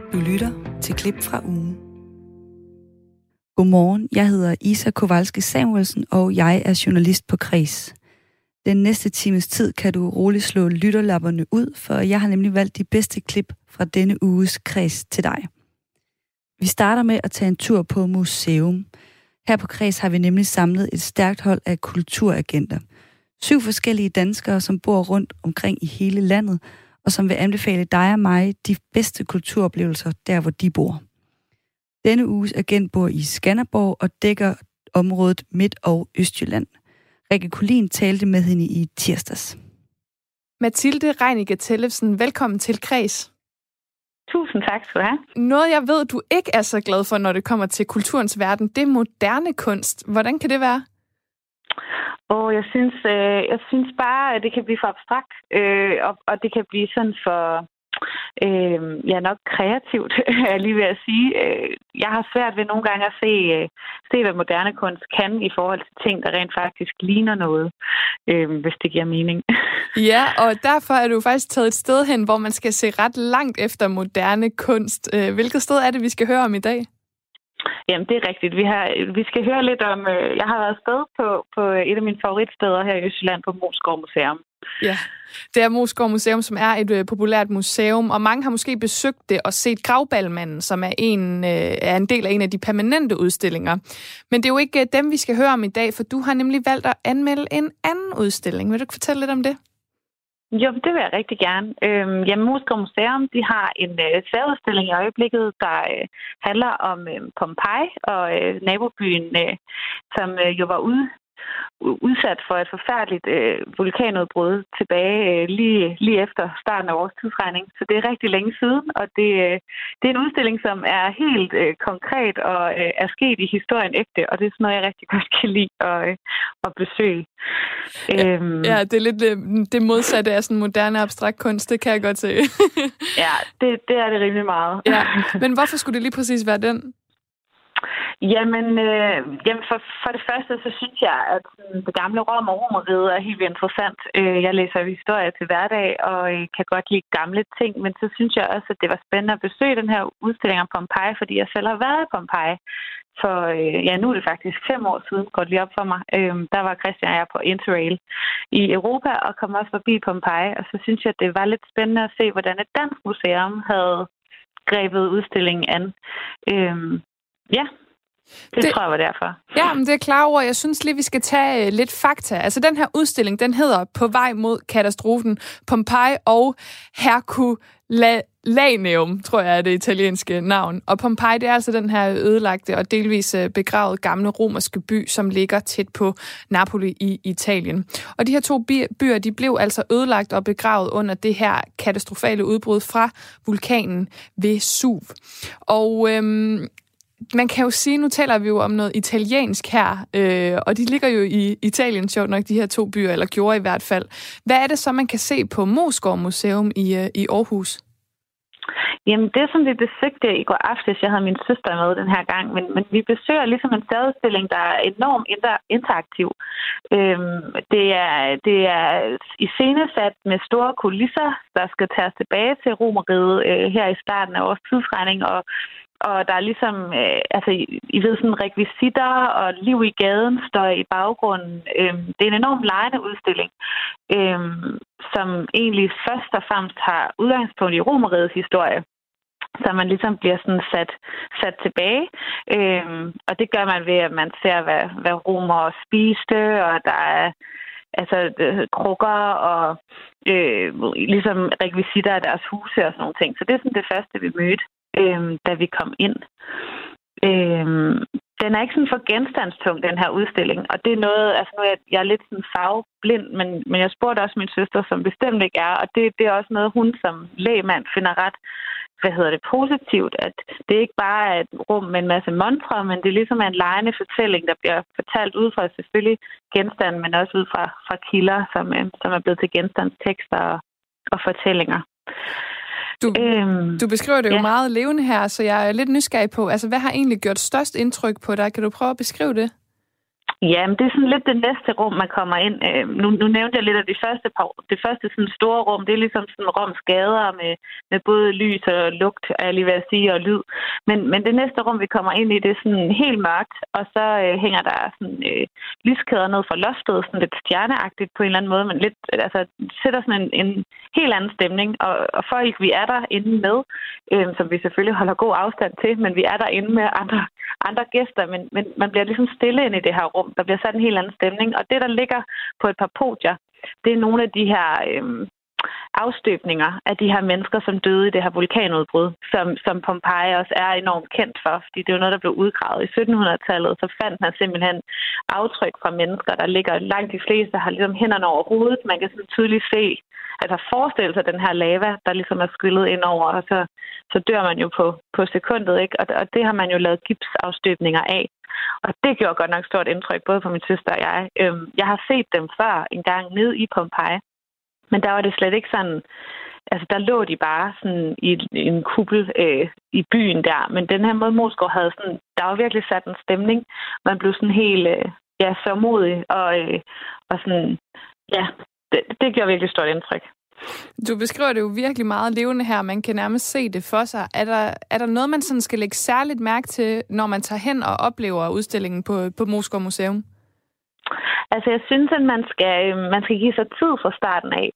Du lytter til klip fra ugen. Godmorgen, jeg hedder Isa Kowalski Samuelsen, og jeg er journalist på Kres. Den næste times tid kan du roligt slå lytterlapperne ud, for jeg har nemlig valgt de bedste klip fra denne uges Kres til dig. Vi starter med at tage en tur på museum. Her på Kres har vi nemlig samlet et stærkt hold af kulturagenter. 7 forskellige danskere, som bor rundt omkring i hele landet, og som vil anbefale dig og mig de bedste kulturoplevelser der, hvor de bor. Denne uges agent bor i Skanderborg og dækker området Midt- og Østjylland. Rikke Collin talte med hende i tirsdags. Mathilde Reinicke Tellefsen, velkommen til Kres. Tusind tak skal du have. Noget jeg ved, du ikke er så glad for, når det kommer til kulturens verden, det er moderne kunst. Hvordan kan det være? Jeg synes bare, at det kan blive for abstrakt, og det kan blive sådan for, nok kreativt, er lige ved at sige. Jeg har svært ved nogle gange at se, hvad moderne kunst kan i forhold til ting, der rent faktisk ligner noget, hvis det giver mening. Ja, og derfor er du faktisk taget et sted hen, hvor man skal se ret langt efter moderne kunst. Hvilket sted er det, vi skal høre om i dag? Jamen, det er rigtigt. Vi skal høre lidt om... Jeg har været afsted på et af mine favoritsteder her i Østjylland på Moesgaard Museum. Ja, det er Moesgaard Museum, som er et populært museum, og mange har måske besøgt det og set Graubalmanden, som er en del af en af de permanente udstillinger. Men det er jo ikke dem, vi skal høre om i dag, for du har nemlig valgt at anmelde en anden udstilling. Vil du ikke fortælle lidt om det? Jo, det vil jeg rigtig gerne. Moesgaard Museum, de har en særudstilling i øjeblikket, der handler om Pompeji og nabobyen, som jo var udsat for et forfærdeligt vulkanudbrud tilbage lige efter starten af vores tidsregning. Så det er rigtig længe siden, og det er en udstilling, som er helt konkret og er sket i historien ægte, og det er sådan noget, jeg rigtig godt kan lide at besøge. Ja, det er lidt det modsatte af sådan moderne abstrakt kunst, det kan jeg godt se. Ja, det er det rimelig meget. Ja. Men hvorfor skulle det lige præcis være den? Jamen for det første, så synes jeg, at det gamle Rom og Romerriget er helt interessant. Jeg læser historie til hverdag, og kan godt lide gamle ting, men så synes jeg også, at det var spændende at besøge den her udstilling om Pompeji, fordi jeg selv har været i Pompeji. For nu er det faktisk 5 år siden, går det lige op for mig. Der var Christian og jeg på Interrail i Europa, og kom også forbi Pompeji, og så synes jeg, at det var lidt spændende at se, hvordan et dansk museum havde grebet udstillingen an. Det tror jeg var derfor. Ja, men det er klare ord. Jeg synes lige, vi skal tage lidt fakta. Altså, den her udstilling, den hedder På vej mod katastrofen. Pompeji og Herculaneum, tror jeg er det italienske navn. Og Pompeji, det er altså den her ødelagte og delvis begravet gamle romerske by, som ligger tæt på Napoli i Italien. Og de her 2 byer, de blev altså ødelagt og begravet under det her katastrofale udbrud fra vulkanen Vesuv. Og man kan jo sige, nu taler vi jo om noget italiensk her, og de ligger jo i Italien, sjovt nok, de her 2 byer, eller gjorde i hvert fald. Hvad er det så, man kan se på Moesgaard Museum i Aarhus? Jamen, det som vi besøgte i går aftes, jeg havde min søster med den her gang, men vi besøger ligesom en særudstilling, der er enormt interaktiv. Det er iscenesat med store kulisser, der skal tages tilbage til Romerriget her i starten af vores tidsregning, og der er ligesom, I ved, sådan rekvisitter og liv i gaden står i baggrunden. Det er en enormt lejende udstilling, som egentlig først og fremmest har udgangspunkt i Romerrigets historie, så man ligesom bliver sådan sat tilbage. Og det gør man ved, at man ser, hvad romere spiste, og der er krukker og ligesom rekvisitter af deres huse og sådan nogle ting. Så det er sådan det første, vi mødte, da vi kom ind. Den er ikke sådan for genstandstung, den her udstilling, og det er noget, altså nu er jeg er lidt sådan farveblind, men jeg spurgte også min søster, som bestemt ikke er, og det er også noget, hun som lægmand finder ret, positivt, at det ikke bare er et rum med en masse montrer, men det er ligesom en lejende fortælling, der bliver fortalt ud fra selvfølgelig genstand, men også ud fra kilder, som er blevet til genstandstekster og fortællinger. Du beskriver det jo meget levende her, så jeg er lidt nysgerrig på, altså hvad har egentlig gjort størst indtryk på dig? Kan du prøve at beskrive det? Ja, men det er sådan lidt det næste rum, man kommer ind. Nu nævnte jeg lidt af det første sådan store rum. Det er ligesom sådan Roms gader med både lys og lugt, er jeg lige ved at sige, og lyd. Men det næste rum, vi kommer ind i, det er sådan helt mørkt, og så hænger der sådan lyskæder ned fra loftet, sådan lidt stjerneagtigt på en eller anden måde, men lidt, altså sætter sådan en helt anden stemning. Og folk, vi er der inde med, som vi selvfølgelig holder god afstand til, men vi er der inde med andre gæster, men man bliver ligesom stille ind i det her rum. Der bliver sat en helt anden stemning, og det, der ligger på et par podier, det er nogle af de her afstøbninger af de her mennesker, som døde i det her vulkanudbrud, som Pompeji også er enormt kendt for, fordi det er jo noget, der blev udgravet i 1700-tallet, så fandt man simpelthen aftryk fra mennesker, der ligger langt de fleste, har ligesom hænderne over hovedet. Man kan sådan tydeligt se, altså forestille sig den her lava, der ligesom er skyllet ind over, og så dør man jo på sekundet, ikke? Og det har man jo lavet gipsafstøbninger af. Og det gjorde godt nok stort indtryk, både på min søster og jeg. Jeg har set dem før en gang nede i Pompeji, men der var det slet ikke sådan, altså der lå de bare sådan i en kuppel i byen der. Men den her måde Moesgaard havde sådan, der var virkelig sat en stemning. Man blev sådan helt, sørgmodig og sådan, ja, det gjorde virkelig stort indtryk. Du beskriver det jo virkelig meget levende her. Man kan nærmest se det for sig. Er der noget, man sådan skal lægge særligt mærke til, når man tager hen og oplever udstillingen på Moesgaard Museum? Altså, jeg synes, at man skal give sig tid fra starten af.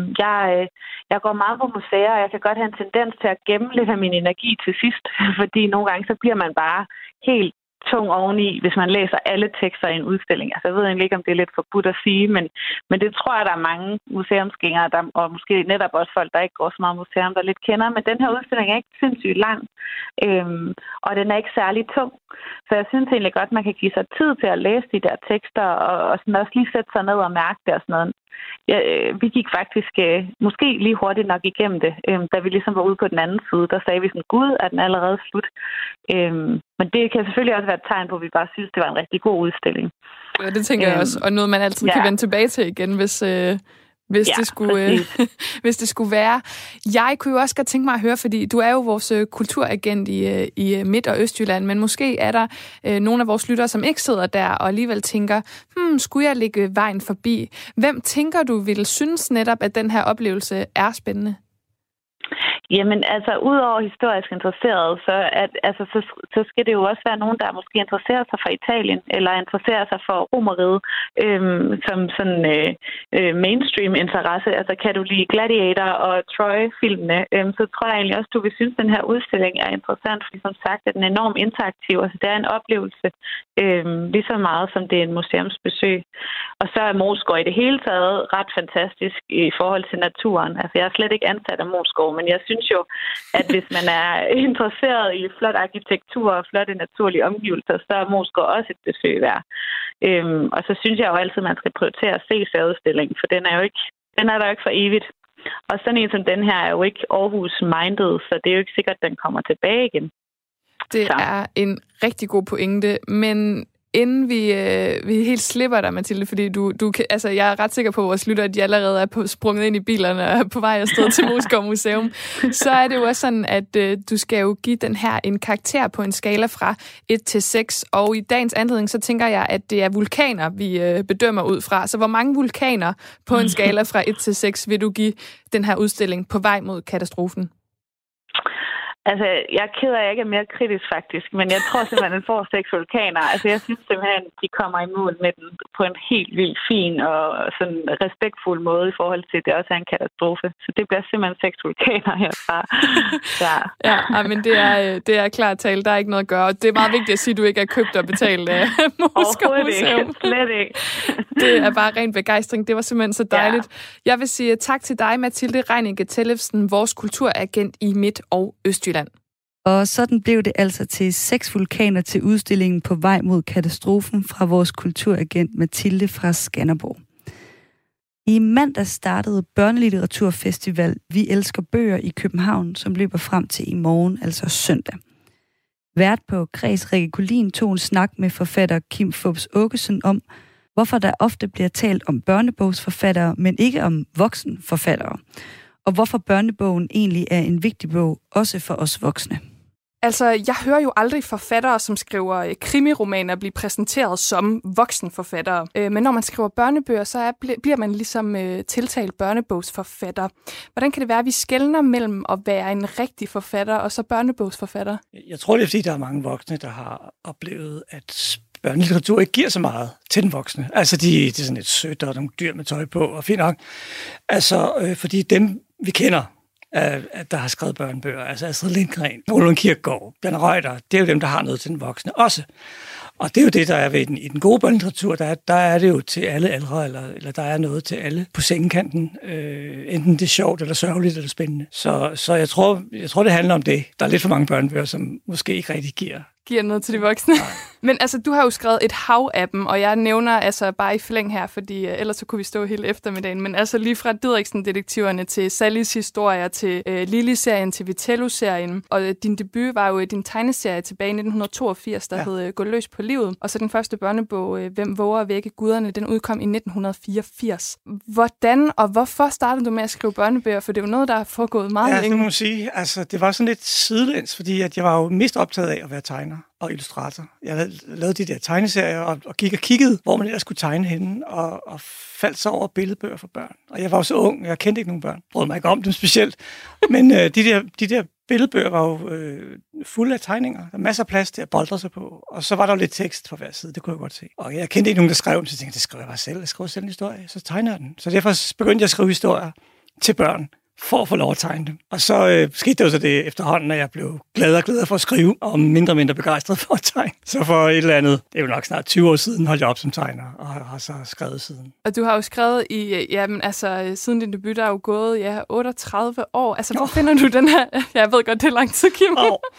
Jeg går meget på museer, og jeg kan godt have en tendens til at gemme lidt af min energi til sidst, fordi nogle gange så bliver man bare helt tung oveni, hvis man læser alle tekster i en udstilling. Altså, jeg ved egentlig ikke, om det er lidt forbudt at sige, men det tror jeg, der er mange museumsgængere, og måske netop også folk, der ikke går så meget museum, der lidt kender. Men den her udstilling er ikke sindssygt lang, og den er ikke særlig tung. Så jeg synes egentlig godt, man kan give sig tid til at læse de der tekster, og sådan også lige sætte sig ned og mærke det og sådan noget. Vi gik faktisk måske lige hurtigt nok igennem det, da vi ligesom var ude på den anden side. Der sagde vi sådan, Gud, er den allerede slut? Men det kan selvfølgelig også være et tegn på, at vi bare synes, det var en rigtig god udstilling. Ja, det tænker jeg også. Og noget, man altid kan vende tilbage til igen, hvis det skulle være. Jeg kunne jo også godt tænke mig at høre, fordi du er jo vores kulturagent i Midt- og Østjylland, men måske er der nogle af vores lyttere, som ikke sidder der og alligevel tænker, skulle jeg lægge vejen forbi? Hvem tænker du ville synes netop, at den her oplevelse er spændende? Jamen, altså, udover historisk interesseret, så skal det jo også være nogen, der måske interesserer sig for Italien, eller interesserer sig for Romerriget, som sådan mainstream interesse. Altså, kan du lide Gladiator og Troy-filmene, så tror jeg egentlig også, du vil synes, at den her udstilling er interessant, fordi som sagt, at den er enormt interaktiv. Altså, det er en oplevelse, lige så meget som det er en museumsbesøg. Og så er Moesgaard i det hele taget ret fantastisk i forhold til naturen. Altså, jeg er slet ikke ansat af Moesgaard, men jeg synes jo, at hvis man er interesseret i flot arkitektur og flotte naturlige omgivelser, så er Moesgaard også et besøg værd. Og så synes jeg jo altid, at man skal prioritere at se særudstillingen, for den er der jo ikke for evigt. Og sådan en som den her er jo ikke Aarhus-minded, så det er jo ikke sikkert, at den kommer tilbage igen. Det er en rigtig god pointe, men inden vi helt slipper dig, Mathilde, fordi du kan, altså jeg er ret sikker på, at vores lytter, at de allerede er sprunget ind i bilerne og er på vej afsted til Moesgaard Museum, så er det jo også sådan, at du skal jo give den her en karakter på en skala fra 1 til 6, og i dagens anledning, så tænker jeg, at det er vulkaner, vi bedømmer ud fra. Så hvor mange vulkaner på en skala fra 1 til 6 vil du give den her udstilling på vej mod katastrofen? Altså, jeg er ked af, at jeg ikke er mere kritisk, faktisk, men jeg tror simpelthen, at den får 6 vulkaner. Altså, jeg synes simpelthen, at de kommer i mål med den på en helt vildt fin og sådan respektfuld måde i forhold til, at det også er en katastrofe. Så det bliver simpelthen 6 vulkaner herfra. Ja, men det er klart tale. Der er ikke noget at gøre. Og det er meget vigtigt at sige, at du ikke er købt og betalt af Moesgaard Museum. Slet ikke. Det er bare ren begejstring. Det var simpelthen så dejligt. Ja. Jeg vil sige tak til dig, Mathilde Reinicke Tellefsen, vores kulturagent i Midt- og Østjylland. Og sådan blev det altså til 6 vulkaner til udstillingen på vej mod katastrofen fra vores kulturagent Mathilde fra Skanderborg. I mandag startede Børnelitteraturfestival Vi Elsker Bøger i København, som løber frem til i morgen, altså søndag. Vært på Kreds Rikke Collin tog en snak med forfatter Kim Fupz Aakeson om, hvorfor der ofte bliver talt om børnebogsforfattere, men ikke om voksenforfattere. Og hvorfor børnebogen egentlig er en vigtig bog, også for os voksne. Altså, jeg hører jo aldrig forfattere, som skriver krimiromaner, blive præsenteret som voksenforfattere. Men når man skriver børnebøger, så bliver man ligesom tiltalt børnebogsforfatter. Hvordan kan det være, at vi skelner mellem at være en rigtig forfatter og så børnebogsforfatter? Jeg tror, det er fordi, der er mange voksne, der har oplevet, at børnelitteratur ikke giver så meget til den voksne. Altså, det er sådan et sødt og nogle dyr med tøj på, og fint nok. Altså, fordi dem, vi kender, der har skrevet børnebøger, altså Astrid Lindgren, Ole Lund Kirkegaard, Bjarne Reuter, det er jo dem, der har noget til den voksne også. Og det er jo det, der er ved i den gode børnelitteratur, der er det jo til alle aldre, eller der er noget til alle på sengekanten, enten det er sjovt, eller sørgeligt, eller spændende. Så jeg tror, det handler om det. Der er lidt for mange børnebøger, som måske ikke rigtig giver noget til de voksne. Men altså, du har jo skrevet et hav af dem, og jeg nævner altså bare i flæng her, fordi ellers så kunne vi stå hele eftermiddagen, men altså lige fra Didriksen-detektiverne til Sallys historier, til Lili-serien, til Vitello-serien, og din debut var jo din tegneserie tilbage i 1982, der hed Gå løs på livet, og så den første børnebog, Hvem våger at vække guderne, den udkom i 1984. Hvordan og hvorfor startede du med at skrive børnebøger? For det er jo noget, der er foregået meget længe. Ja, det må man sige. Altså, det var sådan lidt sidelæns, fordi at jeg var jo mest optaget af at være tegner og illustrator. Jeg havde lavet de der tegneserier og gik og kiggede, hvor man ellers skulle tegne henne, og faldt så over billedbøger for børn. Og jeg var jo så ung, jeg kendte ikke nogen børn. Brød mig ikke om dem specielt. Men de der billedbøger var jo fulde af tegninger. Der var masser af plads til at boldre sig på. Og så var der jo lidt tekst på hver side, det kunne jeg godt se. Og jeg kendte ikke nogen, der skrev dem, så jeg tænkte, det skriver jeg bare selv. Jeg skriver selv en historie, så tegner jeg den. Så derfor begyndte jeg at skrive historier til børn, for at få lov at tegne dem. Og så skete det jo så det efterhånden, at jeg blev gladere og gladere for at skrive, og mindre og mindre begejstret for at tegne. Så for et eller andet, det er jo nok snart 20 år siden, holdt jeg op som tegner, og har så skrevet siden. Og du har jo skrevet siden din debut, der er jo gået 38 år. Altså, hvor finder du den her... Jeg ved godt, det er lang tid, Kim.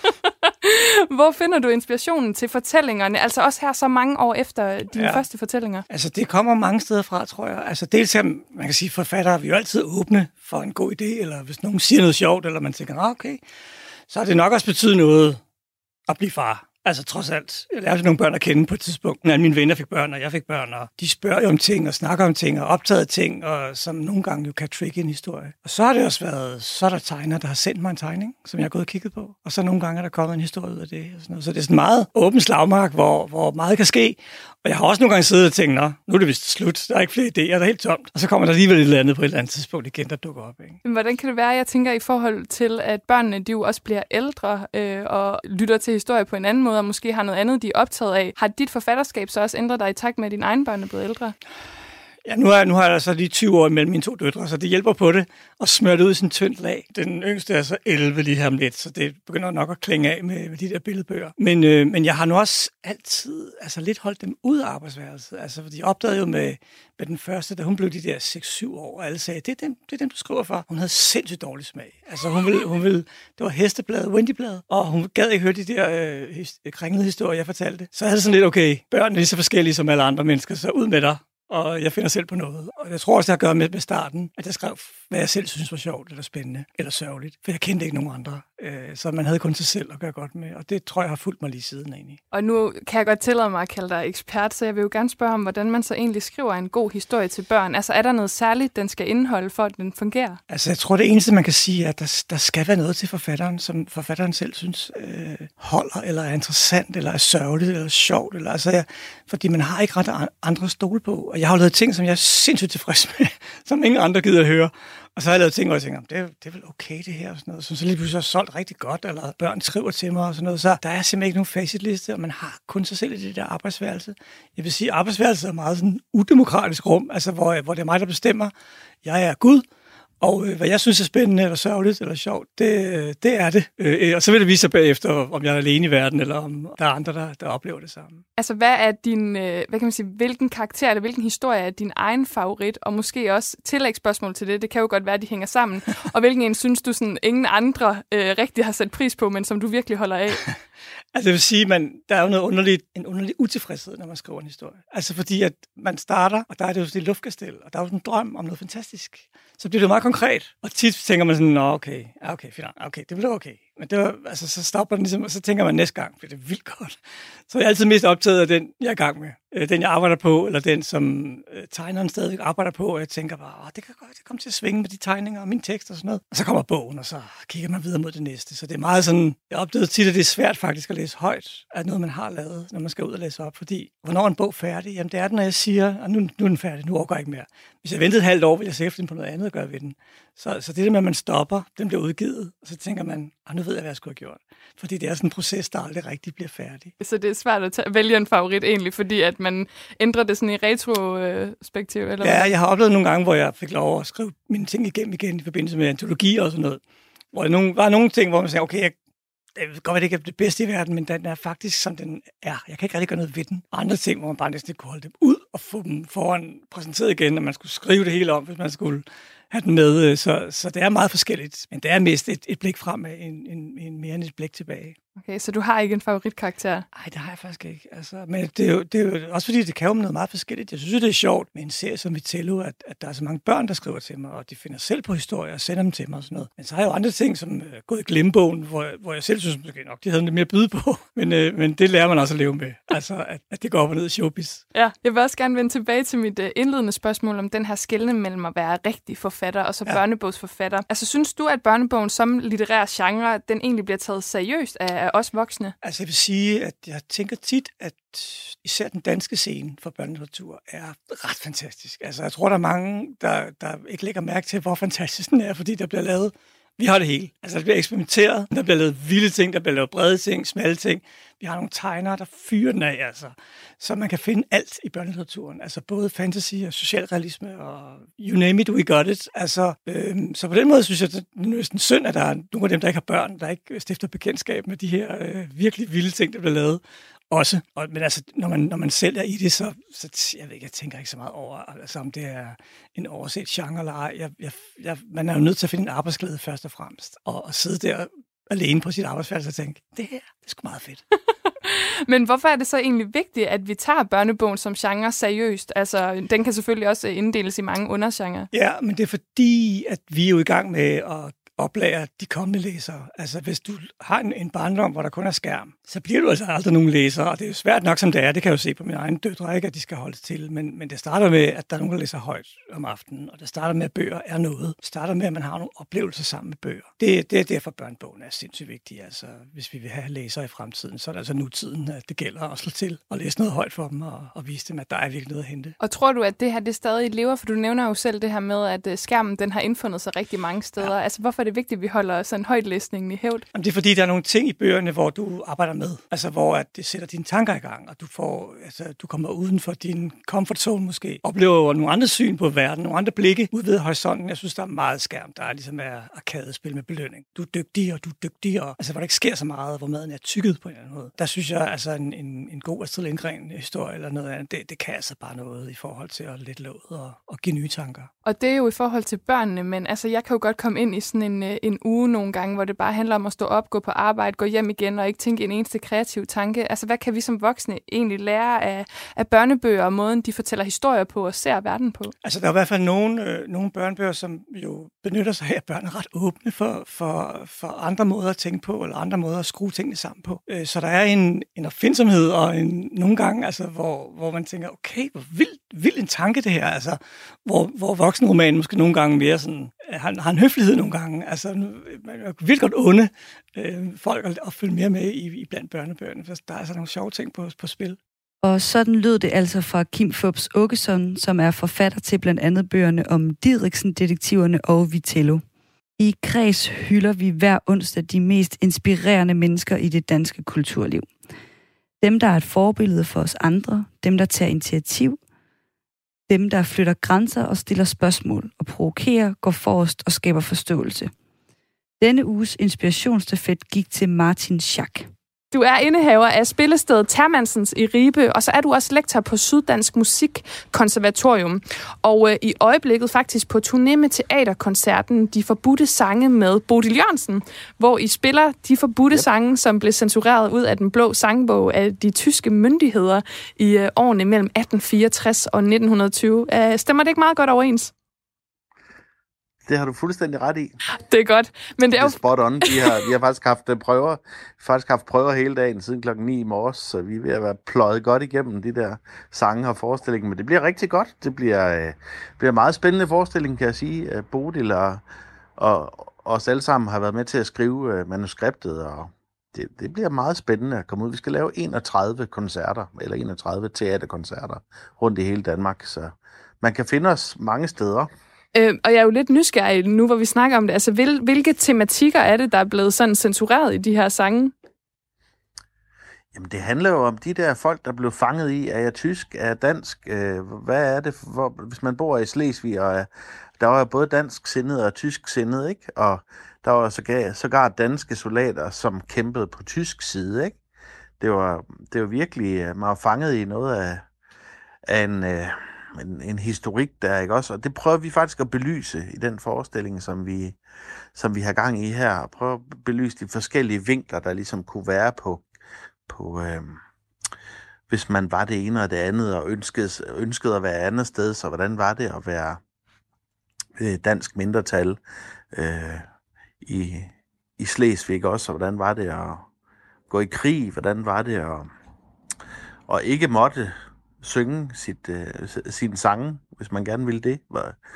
Hvor finder du inspirationen til fortællingerne? Altså også her så mange år efter dine første fortællinger. Altså, det kommer mange steder fra, tror jeg. Altså, dels her, man kan sige, forfattere, vi er jo altid åbne for en god idé, eller hvis nogen siger noget sjovt, eller man tænker, okay, så har det nok også betydet noget at blive far. Altså trods alt. Jeg lærte nogle børn at kende på et tidspunkt, når mine venner fik børn, og jeg fik børn, og de spørger jo om ting, og snakker om ting, og optager ting, og som nogle gange jo kan trigge en historie. Og så har det også været, så er der tegner, der har sendt mig en tegning, som jeg har gået og kigget på, og så nogle gange er der kommet en historie ud af det. Og sådan noget. Så det er sådan en meget åben slagmark, hvor meget kan ske. Og jeg har også nogle gange siddet og tænkt, nu er det vist slut, der er ikke flere idéer, der er helt tomt. Og så kommer der alligevel et eller andet på et eller andet tidspunkt igen, der dukker op. Ikke? Men hvordan kan det være, jeg tænker i forhold til, at børnene de jo også bliver ældre og lytter til historie på en anden måde, og måske har noget andet, de er optaget af. Har dit forfatterskab så også ændret dig i takt med, at dine egne børn er blevet ældre? Ja, nu har jeg så lige 20 år mellem mine to døtre, så det hjælper på det og smøre det ud i sådan en tyndt lag. Den yngste er så 11 lige her om lidt, så det begynder nok at klinge af med de der billedbøger. Men jeg har nu også altid lidt holdt dem ud af arbejdsværelset. Altså, fordi jeg opdagede jo med den første, da hun blev de der 6-7 år, og alle sagde, det er dem, du skriver for. Hun havde sindssygt dårlig smag. Altså, hun ville, det var hesteblad, Wendyblad, og hun gad ikke høre de der kringlede historier, jeg fortalte. Så jeg havde sådan lidt, okay, børn er lige så forskellige som alle andre mennesker, så ud med dig. Og jeg finder selv på noget. Og jeg tror også, det har at gøre med starten, at jeg skrev, hvad jeg selv synes var sjovt, eller spændende, eller sørgeligt. For jeg kendte ikke nogen andre. Så man havde kun sig selv at gøre godt med. Og det tror jeg har fulgt mig lige siden egentlig. Og nu kan jeg godt tillade mig at kalde dig ekspert, så jeg vil jo gerne spørge om, hvordan man så egentlig skriver en god historie til børn. Altså, er der noget særligt, den skal indeholde, for at den fungerer? Altså, jeg tror, det eneste, man kan sige, er, at der skal være noget til forfatteren, som forfatteren selv synes holder, eller er interessant, eller er sørgeligt, eller sjovt. Eller, fordi man har ikke ret andre stole på. Og jeg har lavet ting, som jeg er sindssygt tilfreds med, som ingen andre gider at høre. Og så har jeg lavet ting, hvor jeg tænker, det er vel okay det her, og sådan noget. Så lige pludselig har solgt rigtig godt, eller børn skriver til mig og sådan noget. Så der er simpelthen ikke nogen facitliste, og man har kun sig selv i det der arbejdsværelse. Jeg vil sige, at arbejdsværelset er meget sådan udemokratisk rum, altså hvor det er mig, der bestemmer. Jeg er Gud, og hvad jeg synes er spændende, eller sørgeligt, eller sjovt, det er det. Og så vil det vise sig bagefter, om jeg er alene i verden, eller om der er andre, der oplever det samme. Altså, hvad er din, hvilken karakter eller hvilken historie er din egen favorit, og måske også tillægsspørgsmål til det kan jo godt være, at de hænger sammen. Og hvilken en synes du, sådan, ingen andre rigtig har sat pris på, men som du virkelig holder af? Altså, det vil sige, der er jo en underlig utilfredshed, når man skriver en historie. Altså, fordi at man starter, og der er det jo sådan et luftkastel, og der er jo sådan en drøm om noget fantastisk. Så bliver det meget konkret. Og tit tænker man sådan, okay, fint, okay, det bliver okay. Men det var, altså, så stopper den ligesom, og så tænker man næste gang, for det er vildt godt. Så jeg er altid mest optaget af den, jeg er i gang med. Den, jeg arbejder på, eller den, som tegneren stadig arbejder på, og jeg tænker bare, det kan godt komme til at svinge med de tegninger og min tekst og sådan noget. Og så kommer bogen, og så kigger man videre mod det næste. Så det er meget sådan, jeg opdagede tit, at det er svært faktisk at læse højt af noget, man har lavet, når man skal ud og læse op. Fordi, hvornår er en bog færdig? Jamen, det er den, når jeg siger, at nu er den færdig, nu overgår jeg ikke mere. Hvis jeg ventede et halvt år, ville jeg se efter den på noget andet at gøre ved den. Så det der med, at man stopper, den bliver udgivet, og så tænker man, nu ved jeg, hvad jeg skulle have gjort. Fordi det er sådan en proces, der aldrig rigtig bliver færdig. Så det er svært at vælge en favorit egentlig, fordi at man ændrer det sådan i retrospektiv? Eller ja, jeg har oplevet nogle gange, hvor jeg fik lov at skrive mine ting igennem igen i forbindelse med antologi og sådan noget. Hvor der var nogle ting, hvor man sagde, okay, jeg ved godt, at det ikke er det bedste i verden, men den er faktisk, som den er. Jeg kan ikke rigtig gøre noget ved den. Og andre ting, hvor man bare næsten kunne holde dem ud og få dem foran præsenteret igen, og man skulle skrive det hele om, hvis man skulle have den med. Så det er meget forskelligt. Men det er mest et blik fremad, en mere end et blik tilbage. Okay, så du har ikke en favoritkarakter? Nej, det har jeg faktisk ikke. Altså, men det er jo også fordi, det kan jo noget meget forskelligt. Jeg synes, det er sjovt med en serie som Vitello, at der er så mange børn, der skriver til mig, og de finder selv på historier og sender dem til mig og sådan noget. Men så har jeg jo andre ting, som gået i glemmebogen, hvor jeg selv synes, måske nok, de havde lidt mere at byde på. Men det lærer man også at leve med. Altså, at det går op og ned i showbiz. Ja, jeg vil også gerne vende tilbage til mit indledende spørgsmål om den her skelnen mellem at være rigtig forfatter og så børnebogsforfatter. Altså, synes du, at børnebogen som litterær genre, den egentlig bliver taget seriøst af os voksne? Altså, jeg vil sige, at jeg tænker tit, at især den danske scene for børnelitteratur er ret fantastisk. Altså, jeg tror, der er mange, der ikke lægger mærke til, hvor fantastisk den er, fordi der bliver lavet. Vi har det hele. Altså, der bliver eksperimenteret. Der bliver lavet vilde ting, der bliver lavet brede ting, smalle ting. Vi har nogle tegnere, der fyrer den af, altså. Så man kan finde alt i børnelitteraturen. Altså, både fantasy og socialrealisme og you name it, we got it. Altså, så på den måde synes jeg, at det er næsten synd, at der er nogle af dem, der ikke har børn, der ikke stifter bekendtskab med de her virkelig vilde ting, der bliver lavet. Også. Men altså, når man selv er i det, så jeg tænker ikke så meget over, altså, om det er en overset genre eller ej. Man er jo nødt til at finde en arbejdsglæde først og fremmest, og sidde der alene på sit arbejdsplads og tænke, det her, det er sgu meget fedt. Men hvorfor er det så egentlig vigtigt, at vi tager børnebogen som genre seriøst? Altså, den kan selvfølgelig også inddeles i mange undergenrer. Ja, men det er fordi, at vi er jo i gang med at oplære de kommende læsere. Altså, hvis du har en barndom, hvor der kun er skærm, så bliver du altså aldrig nogen læser, og det er jo svært nok, som det er. Det kan jeg jo se på mine egne døtre, ikke, at de skal holdes til. Men det starter med, at der er nogen, der læser højt om aftenen, og det starter med, at bøger er noget. Det starter med, at man har nogle oplevelser sammen med bøger. Det er derfor, børnebogen er sindssygt vigtig. Altså, hvis vi vil have læsere i fremtiden, så er det altså nutiden, at det gælder at slå til og læse noget højt for dem og vise dem, at der er virkelig noget at hente. Og tror du, at det her det stadig lever? For du nævner jo selv det her med, at skærmen den har indfundet sig rigtig mange steder. Ja. Altså, hvorfor er det vigtigt, at vi holder sådan højtlæsningen i hævd? Jamen, det er fordi, der er nogle ting i bøgerne, hvor du arbejder med. Altså, hvor at det sætter dine tanker i gang, og du kommer uden for din comfort zone måske. Oplever nogle andre syn på verden, nogle andre blikke ud ved horisonten. Jeg synes, der er meget skærm, der er ligesom arkadespil med belønning. Du er dygtig, og du er dygtigere. Altså, hvor der ikke sker så meget, hvor maden er tykket på en eller anden måde. Der synes jeg, altså en god Astrid Lindgren-historie eller noget andet, det kan altså bare noget i forhold til at lette låget og give nye tanker. Og det er jo i forhold til børnene, men altså, jeg kan jo godt komme ind i sådan en uge nogle gange, hvor det bare handler om at stå op, gå på arbejde, gå hjem igen og ikke tænke en eneste kreativ tanke. Altså, hvad kan vi som voksne egentlig lære af børnebøger og måden, de fortæller historier på og ser verden på? Altså, der er i hvert fald nogle børnebøger, som jo benytter sig af, at børn er ret åbne for andre måder at tænke på, eller andre måder at skrue tingene sammen på. Så der er en opfindsomhed, og nogle gange, altså, hvor man tænker, okay, hvor vild en tanke det her, altså, hvor voksenromanen måske nogle gange mere sådan, har en høflighed nogle gange, altså, man kan virkelig godt unde folk at følge mere med i blandt børnebøgerne, for der er altså nogle sjove ting på spil. Og sådan lød det altså fra Kim Fupz Aakeson, som er forfatter til blandt andet bøgerne om Didriksen-detektiverne og Vitello. I Kreds hylder vi hver onsdag de mest inspirerende mennesker i det danske kulturliv. Dem, der er et forbillede for os andre, dem, der tager initiativ, dem, der flytter grænser og stiller spørgsmål og provokerer, går forrest og skaber forståelse. Denne uges inspirationsstafet gik til Martin Schack. Du er indehaver af spillestedet Termansens i Ribe, og så er du også lektor på Syddansk Musikkonservatorium. Og i øjeblikket faktisk på turné med teaterkoncerten De Forbudte Sange med Bodil Jørgensen, hvor I spiller de forbudte sange, som blev censureret ud af den blå sangbog af de tyske myndigheder i årene mellem 1864 og 1920. Stemmer det ikke meget godt overens? Det har du fuldstændig ret i. Det er godt. Men det er jo spot on. Vi har faktisk haft prøver hele dagen siden klokken 9 i morges, så vi er ved at være pløjet godt igennem de der sange og forestillinger. Men det bliver rigtig godt. Det bliver meget spændende forestilling, kan jeg sige. Bodil og os alle sammen har været med til at skrive manuskriptet, og det bliver meget spændende at komme ud. Vi skal lave 31 koncerter, eller 31 teaterkoncerter rundt i hele Danmark, så man kan finde os mange steder. Og jeg er jo lidt nysgerrig nu, hvor vi snakker om det. Altså, hvilke tematikker er det, der er blevet sådan censureret i de her sange? Jamen, det handler jo om de der folk, der blev fanget i, er jeg tysk, er jeg dansk? Hvad er det, hvis man bor i Slesvig, og der var jo både dansk-sindede og tysk-sindede, ikke? Og der var sågar danske soldater, som kæmpede på tysk side, ikke? Det var virkelig, man var fanget i noget af en historik der, ikke også? Og det prøver vi faktisk at belyse i den forestilling, som vi har gang i her. Prøve at belyse de forskellige vinkler, der ligesom kunne være på hvis man var det ene og det andet, og ønskede at være andet sted, så hvordan var det at være dansk mindretal i Slesvig også, og hvordan var det at gå i krig, hvordan var det at ikke måtte synge sine sange, hvis man gerne ville det.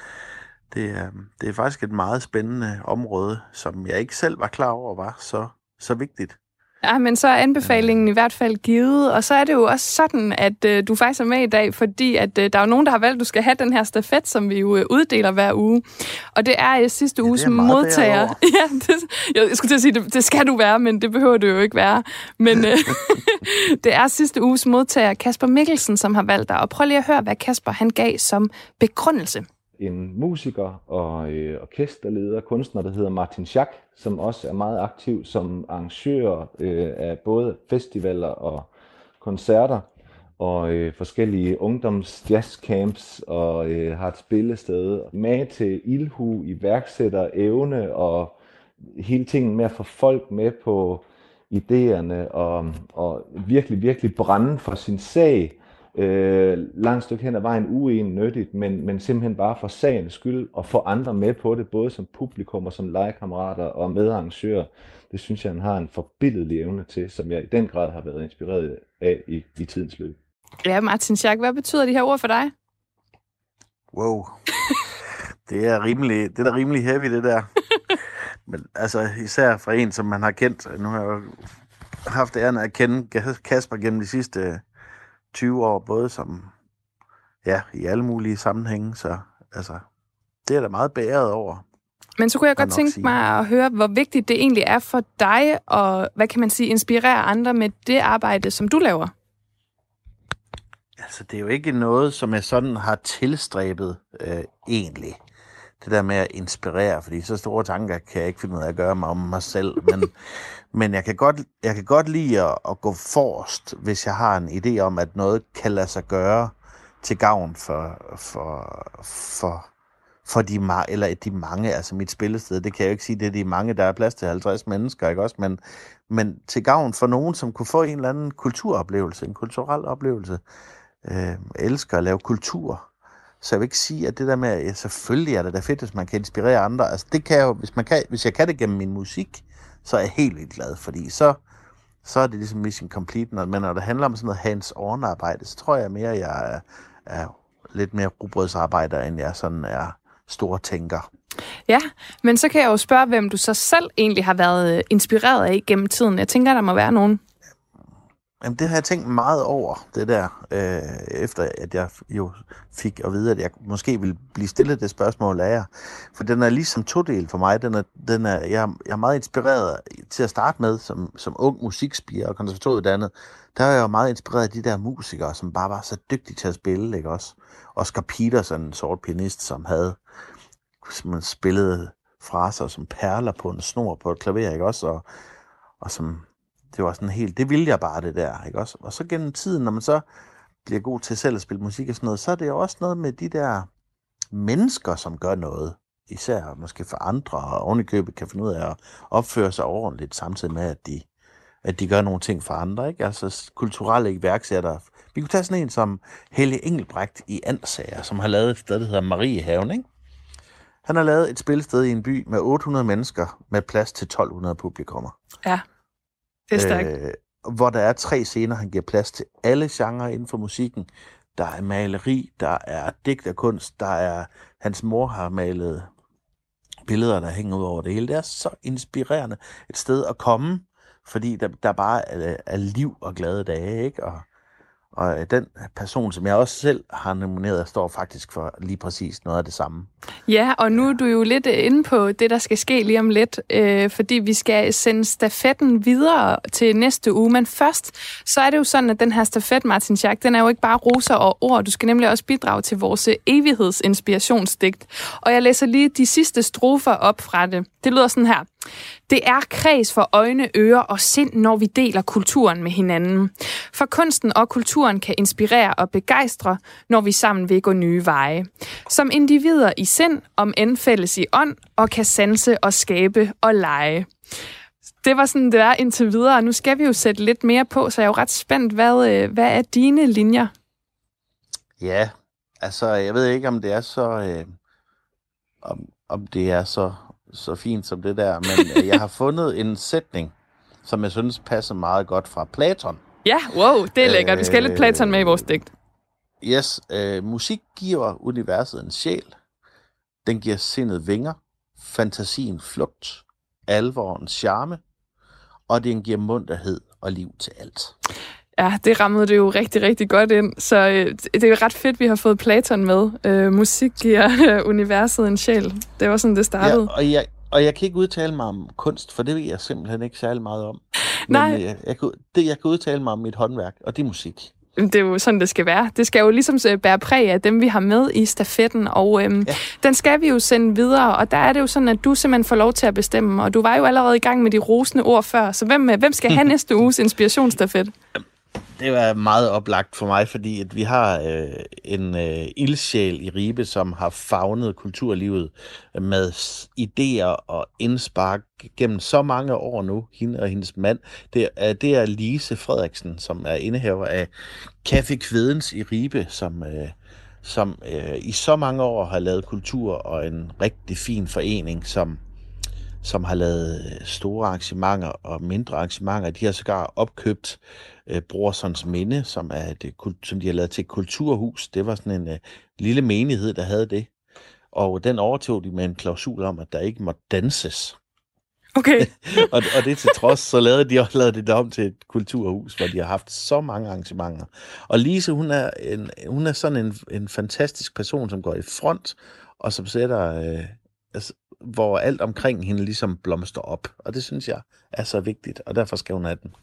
Det er faktisk et meget spændende område, som jeg ikke selv var klar over var så vigtigt. Ja, men så er anbefalingen i hvert fald givet, og så er det jo også sådan, at du faktisk er med i dag, fordi at der er jo nogen, der har valgt, at du skal have den her stafet, som vi jo uddeler hver uge. Og det er sidste uges modtager. Ja, jeg skulle til at sige, det skal du være, men det behøver du jo ikke være. Men det er sidste uges modtager, Kasper Mikkelsen, som har valgt dig. Og prøv lige at høre, hvad Kasper han gav som begrundelse. En musiker og orkesterleder, kunstner, der hedder Martin Schack, som også er meget aktiv som arrangør af både festivaler og koncerter og forskellige ungdoms-jazzcamps og har et spillested med til ildhu, iværksætter, evne og hele tingen med at få folk med på idéerne og virkelig, virkelig brænde for sin sag. Langt stykke hen ad vejen uennyttigt, men simpelthen bare for sagens skyld og få andre med på det, både som publikum og som legekammerater og medarrangører. Det synes jeg, han har en forbilledlig evne til, som jeg i den grad har været inspireret af i tidens løb. Ja, Martin Schack, hvad betyder de her ord for dig? Wow. Det er da rimelig heavy, det der. Men altså, især fra en, som man har kendt. Nu har jeg jo haft æren af at kende Kasper gennem de sidste 20 år, både som, i alle mulige sammenhænge, så altså, det er da meget bæret over. Men så kunne jeg godt tænke mig at høre, hvor vigtigt det egentlig er for dig, og hvad kan man sige, inspirere andre med det arbejde, som du laver? Altså, det er jo ikke noget, som jeg sådan har tilstræbet egentlig. Det der med at inspirere, fordi så store tanker kan jeg ikke finde ud af at gøre mig om mig selv, men jeg kan godt lide at gå forrest, hvis jeg har en idé om, at noget kan lade sig gøre til gavn for de mange, altså mit spillested, det kan jeg jo ikke sige, det er de mange, der er plads til 50 mennesker, ikke også, men til gavn for nogen, som kunne få en eller anden kulturoplevelse, en kulturel oplevelse, elsker at lave kultur. Så jeg vil ikke sige, at det der med, at selvfølgelig er det da fedt, hvis man kan inspirere andre. Altså det kan jeg jo, hvis jeg kan det gennem min musik, så er jeg helt vildt glad, fordi så er det ligesom mission complete. Men når det handler om sådan noget hands-on arbejde, så tror jeg mere, at jeg er lidt mere rugbrødsarbejder, end jeg sådan er stor tænker. Ja, men så kan jeg jo spørge, hvem du så selv egentlig har været inspireret af gennem tiden. Jeg tænker, der må være nogen. Jamen, det har jeg tænkt meget over, det der, efter at jeg jo fik at vide, at jeg måske ville blive stillet det spørgsmål af jer. For den er ligesom todel for mig. Jeg er meget inspireret til at starte med, som ung musikspirer og konservatorieuddannet. Der er jeg jo meget inspireret af de der musikere, som bare var så dygtige til at spille, ikke også? Oscar Peterson, en sort pianist, som spillede fraser som perler på en snor på et klaver, ikke også? Og som... Det var sådan helt, det ville jeg bare det der, ikke også? Og så gennem tiden, når man så bliver god til selv at spille musik og sådan noget, så er det jo også noget med de der mennesker, som gør noget. Især måske for andre, og ovenikøbet kan finde ud af at opføre sig ordentligt, samtidig med, at de gør nogle ting for andre, ikke? Altså kulturelle iværksættere. Vi kunne tage sådan en som Helge Engelbrecht i Ansager, som har lavet et sted, der hedder Mariehaven, ikke? Han har lavet et spillested i en by med 800 mennesker med plads til 1200 publikummer. Ja, det er stærkt. Hvor der er 3 scener, han giver plads til alle genrer inden for musikken. Der er maleri, der er digterkunst, der er... Hans mor har malet billeder, der hænger ud over det hele. Det er så inspirerende et sted at komme, fordi der bare er liv og glade dage, ikke? Og den person, som jeg også selv har nomineret, står faktisk for lige præcis noget af det samme. Ja, og nu er du jo lidt inde på det, der skal ske lige om lidt, fordi vi skal sende stafetten videre til næste uge. Men først, så er det jo sådan, at den her stafet, Martin Schack, den er jo ikke bare roser og ord. Du skal nemlig også bidrage til vores evighedsinspirationsdigt. Og jeg læser lige de sidste strofer op fra det. Det lyder sådan her. Det er kreds for øjne, ører og sind, når vi deler kulturen med hinanden. For kunsten og kulturen kan inspirere og begejstre, når vi sammen vil gå nye veje. Som individer i sind, om end fælles i ånd, og kan sanse og skabe og lege. Det var sådan, det er indtil videre. Nu skal vi jo sætte lidt mere på, så jeg er jo ret spændt. Hvad er dine linjer? Ja, altså jeg ved ikke, om det er så... om det er så fint som det der, men jeg har fundet en sætning, som jeg synes passer meget godt fra Platon. Ja, wow, det er lækkert. Vi skal have lidt Platon med i vores digt. Yes, musik giver universet en sjæl. Den giver sindet vinger, fantasien flugt, alvoren charme, og den giver munterhed og liv til alt. Ja, det rammede det jo rigtig, rigtig godt ind. Så det er jo ret fedt, vi har fået Platon med. Musik giver universet en sjæl. Det var sådan, det startede. Ja, og jeg kan ikke udtale mig om kunst, for det ved jeg simpelthen ikke særlig meget om. Nej. Men jeg kan udtale mig om mit håndværk, og det er musik. Det er jo sådan, det skal være. Det skal jo ligesom bære præg af dem, vi har med i stafetten, og den skal vi jo sende videre, og der er det jo sådan, at du simpelthen får lov til at bestemme, og du var jo allerede i gang med de rosende ord før, så hvem skal have næste uges inspirationsstafet? Det var meget oplagt for mig, fordi at vi har en ildsjæl i Ribe, som har favnet kulturlivet med idéer og indspark gennem så mange år nu, hende og hendes mand. Det er Lise Frederiksen, som er indehaver af Café Kvedens i Ribe, som i så mange år har lavet kultur og en rigtig fin forening, som har lavet store arrangementer og mindre arrangementer. De har sågar opkøbt Brorsons Minde, som de har lavet til et kulturhus. Det var sådan en lille menighed, der havde det. Og den overtog de med en klausul om, at der ikke måtte danses. Okay. og det til trods, så lavede de også det om til et kulturhus, hvor de har haft så mange arrangementer. Og Lise, hun er sådan en fantastisk person, som går i front, og som sætter... hvor alt omkring hende ligesom blomster op. Og det synes jeg er så vigtigt, og derfor skal hun have den.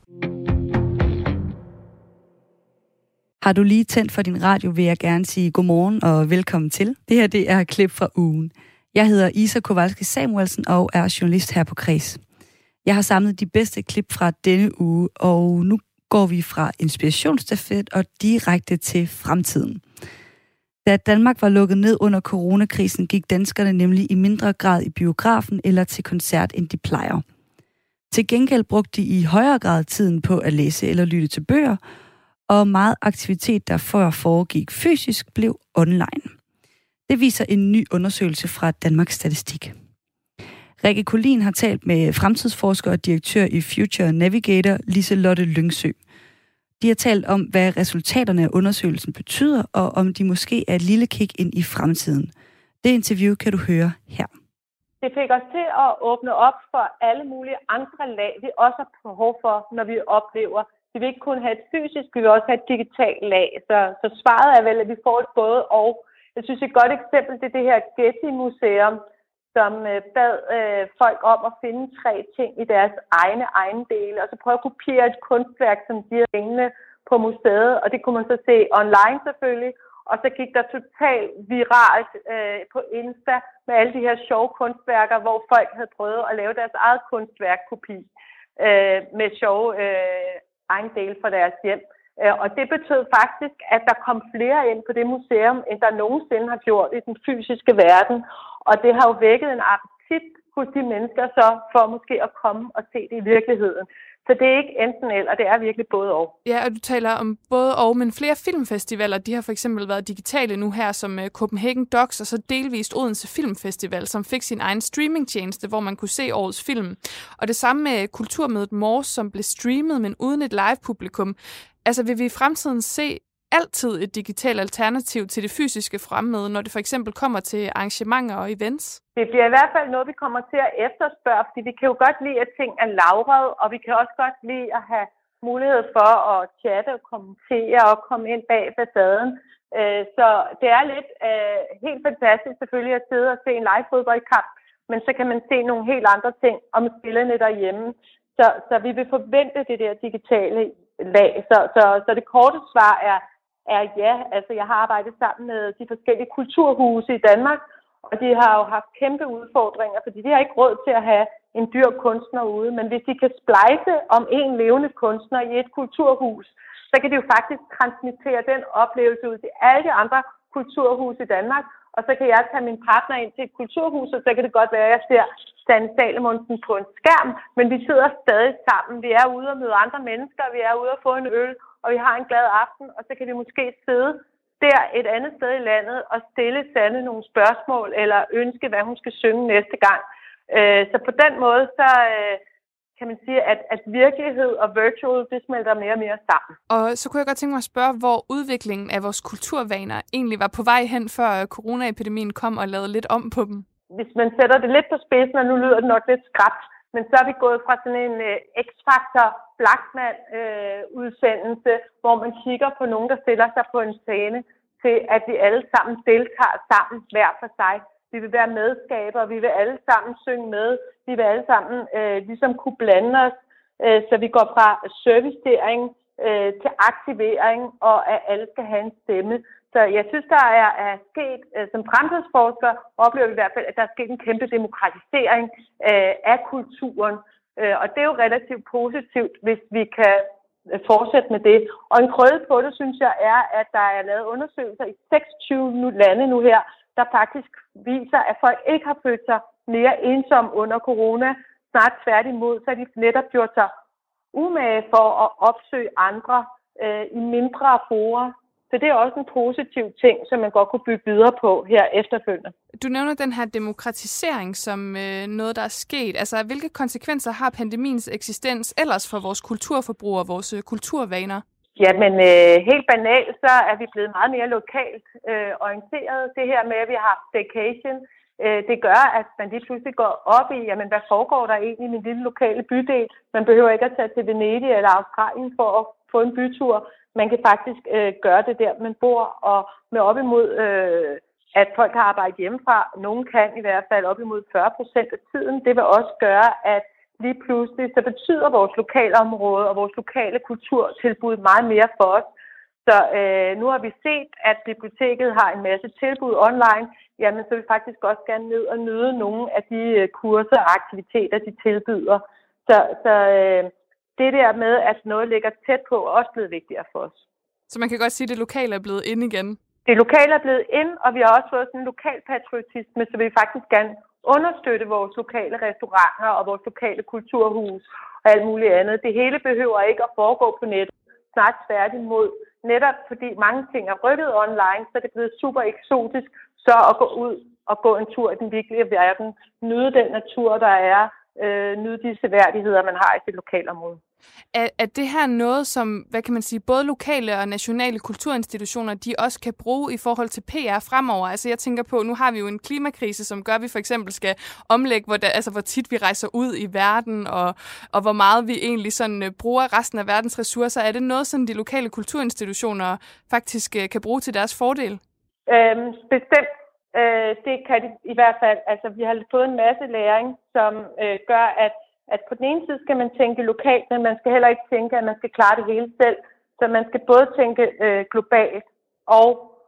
Har du lige tændt for din radio, vil jeg gerne sige godmorgen og velkommen til. Det her, det er klip fra ugen. Jeg hedder Isa Kowalski Samuelsen og er journalist her på Kreds. Jeg har samlet de bedste klip fra denne uge, og nu går vi fra inspirationsstafet og direkte til fremtiden. Da Danmark var lukket ned under coronakrisen, gik danskerne nemlig i mindre grad i biografen eller til koncert, end de plejer. Til gengæld brugte de i højere grad tiden på at læse eller lytte til bøger, og meget aktivitet, der før foregik fysisk, blev online. Det viser en ny undersøgelse fra Danmarks Statistik. Rikke Collin har talt med fremtidsforsker og direktør i Future Navigator, Liselotte Lyngsø. De har talt om, hvad resultaterne af undersøgelsen betyder, og om de måske er et lille kig ind i fremtiden. Det interview kan du høre her. Det fik os til at åbne op for alle mulige andre lag, vi også har behov for, når vi oplever. Vi vil ikke kun have et fysisk, vi vil også have et digitalt lag. Så svaret er vel, at vi får et både og. Jeg synes, et godt eksempel det er det her Getty-museum, som bad folk om at finde 3 ting i deres egne dele, og så prøve at kopiere et kunstværk, som de har hængende på museet, og det kunne man så se online selvfølgelig, og så gik der totalt viralt på Insta med alle de her sjove kunstværker, hvor folk havde prøvet at lave deres eget kunstværkkopi med sjove ejendele fra deres hjem. Og det betød faktisk, at der kom flere ind på det museum, end der nogensinde har gjort i den fysiske verden. Og det har jo vækket en appetit hos de mennesker så for måske at komme og se det i virkeligheden. Så Så det er ikke enten eller, det er virkelig både og. Ja, og du taler om både og, men flere filmfestivaler, de har for eksempel været digitale nu her, som Copenhagen Docs, og så delvist Odense Filmfestival, som fik sin egen streamingtjeneste, hvor man kunne se årets film. Og det samme med Kulturmødet Mors, som blev streamet, men uden et live-publikum. Altså vil vi i fremtiden se altid et digitalt alternativ til det fysiske fremmøde, når det for eksempel kommer til arrangementer og events? Det bliver i hvert fald noget, vi kommer til at efterspørge, fordi vi kan jo godt lide, at ting er lagret, og vi kan også godt lide at have mulighed for at chatte og kommentere og komme ind bag facaden. Så det er lidt helt fantastisk selvfølgelig at sidde og se en live fodboldkamp, men så kan man se nogle helt andre ting om spillerne derhjemme. Så vi vil forvente det der digitale lag. Så det korte svar er ja. Altså jeg har arbejdet sammen med de forskellige kulturhuse i Danmark, og de har jo haft kæmpe udfordringer, fordi de har ikke råd til at have en dyr kunstner ude. Men hvis de kan splejse om en levende kunstner i et kulturhus, så kan de jo faktisk transmittere den oplevelse ud til alle de andre kulturhuse i Danmark. Og så kan jeg tage min partner ind til et kulturhus, og så kan det godt være, at jeg ser Sanne Salomonsen på en skærm, men vi sidder stadig sammen. Vi er ude og møde andre mennesker, vi er ude og få en øl, og vi har en glad aften, og så kan vi måske sidde der et andet sted i landet og stille Sanne nogle spørgsmål, eller ønske, hvad hun skal synge næste gang. Så på den måde, så kan man sige, at virkelighed og virtual, det smelter mere og mere sammen. Og så kunne jeg godt tænke mig at spørge, hvor udviklingen af vores kulturvaner egentlig var på vej hen, før coronaepidemien kom og lavede lidt om på dem. Hvis man sætter det lidt på spidsen, og nu lyder det nok lidt skræbt, men så er vi gået fra sådan en X-Factor Blachman-udsendelse, hvor man kigger på nogen, der stiller sig på en scene, til at vi alle sammen deltager sammen hver for sig. Vi vil være medskabere, vi vil alle sammen synge med, vi vil alle sammen ligesom kunne blande os, så vi går fra servicering til aktivering, og at alle skal have en stemme. Så jeg synes, der er sket, som fremtidsforsker, oplever vi i hvert fald, at der er sket en kæmpe demokratisering af kulturen. Og det er jo relativt positivt, hvis vi kan fortsætte med det. Og en krølle på det, synes jeg, er, at der er lavet undersøgelser i 26 lande nu her, der faktisk viser, at folk ikke har følt sig mere ensomme under corona. Snart tværtimod, så har de netop gjort sig umage for at opsøge andre i mindre forer. Så det er også en positiv ting, som man godt kunne bygge videre på her efterfølgende. Du nævner den her demokratisering som noget, der er sket. Altså, hvilke konsekvenser har pandemiens eksistens ellers for vores kulturforbrug og vores kulturvaner? Jamen, helt banalt, så er vi blevet meget mere lokalt orienteret. Det her med, at vi har haft staycation, det gør, at man lige pludselig går op i, jamen, hvad foregår der egentlig i min lille lokale bydel? Man behøver ikke at tage til Venedig eller Australien for at få en bytur. Man kan faktisk gøre det der, man bor, og med op imod, at folk har arbejdet hjemmefra. Nogen kan i hvert fald op imod 40% af tiden. Det vil også gøre, at lige pludselig så betyder vores lokalområde og vores lokale kulturtilbud meget mere for os. Så nu har vi set, at biblioteket har en masse tilbud online. Jamen, så vil vi faktisk også gerne ned og nyde nogle af de kurser og aktiviteter, de tilbyder. Så det der med, at noget ligger tæt på, er også blevet vigtigere for os. Så man kan godt sige, at det lokale er blevet inde igen? Det lokale er blevet ind, og vi har også fået sådan en lokal patriotisme, så vi faktisk gerne understøtte vores lokale restauranter og vores lokale kulturhus og alt muligt andet. Det hele behøver ikke at foregå på nettet. Snart tværtimod. Netop fordi mange ting er rykket online, så er det blevet super eksotisk så at gå ud og gå en tur i den virkelige verden. Nyde den natur, der er. Nyde de seværdigheder, man har i sit lokalområde. Er det her noget, som, hvad kan man sige, både lokale og nationale kulturinstitutioner, de også kan bruge i forhold til PR fremover? Altså jeg tænker på, nu har vi jo en klimakrise, som gør, at vi for eksempel skal omlægge, hvor tit vi rejser ud i verden, og hvor meget vi egentlig sådan bruger resten af verdens ressourcer. Er det noget, som de lokale kulturinstitutioner faktisk kan bruge til deres fordel? Bestemt. Det kan de i hvert fald. Altså, vi har fået en masse læring, som gør, at på den ene side skal man tænke lokalt, men man skal heller ikke tænke, at man skal klare det hele selv. Så man skal både tænke globalt og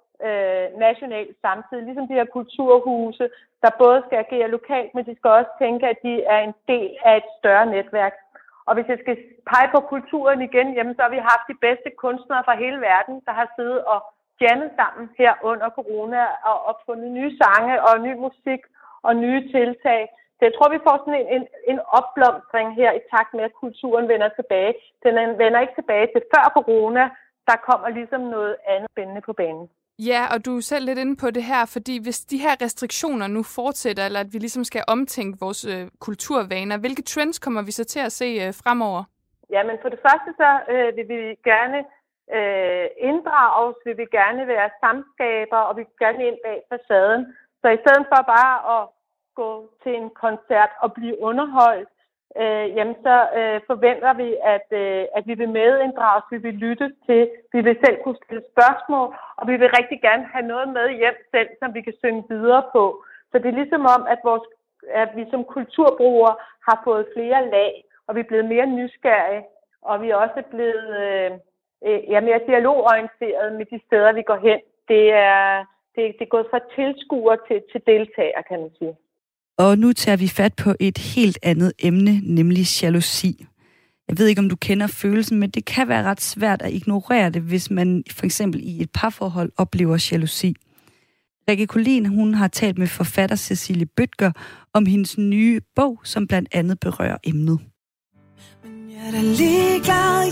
nationalt samtidig. Ligesom de her kulturhuse, der både skal agere lokalt, men de skal også tænke, at de er en del af et større netværk. Og hvis jeg skal pege på kulturen igen, jamen, så har vi haft de bedste kunstnere fra hele verden, der har siddet og jammet sammen her under corona og opfundet nye sange og ny musik og nye tiltag. Så jeg tror, vi får sådan en opblomstring her i takt med, at kulturen vender tilbage. Den vender ikke tilbage til før corona. Der kommer ligesom noget andet spændende på banen. Ja, og du er selv lidt inde på det her, fordi hvis de her restriktioner nu fortsætter, eller at vi ligesom skal omtænke vores kulturvaner, hvilke trends kommer vi så til at se fremover? Ja, men for det første så vil vi gerne inddrages, vil vi gerne være samskaber, og vi vil gerne ind bag facaden. Så i stedet for bare at gå til en koncert og blive underholdt, så forventer vi, at vi vil medinddrages, vi vil lytte til, vi vil selv kunne stille spørgsmål, og vi vil rigtig gerne have noget med hjem selv, som vi kan synge videre på. Så det er ligesom om, at vi som kulturbrugere har fået flere lag, og vi er blevet mere nysgerrige, og vi er også blevet mere dialogorienteret med de steder, vi går hen. Det er gået fra tilskuer til deltager, kan man sige. Og nu tager vi fat på et helt andet emne, nemlig jalousi. Jeg ved ikke, om du kender følelsen, men det kan være ret svært at ignorere det, hvis man for eksempel i et parforhold oplever jalousi. Rikke Collin, hun har talt med forfatter Cecilie Bødker om hendes nye bog, som blandt andet berører emnet. Men jeg er da ligeglad,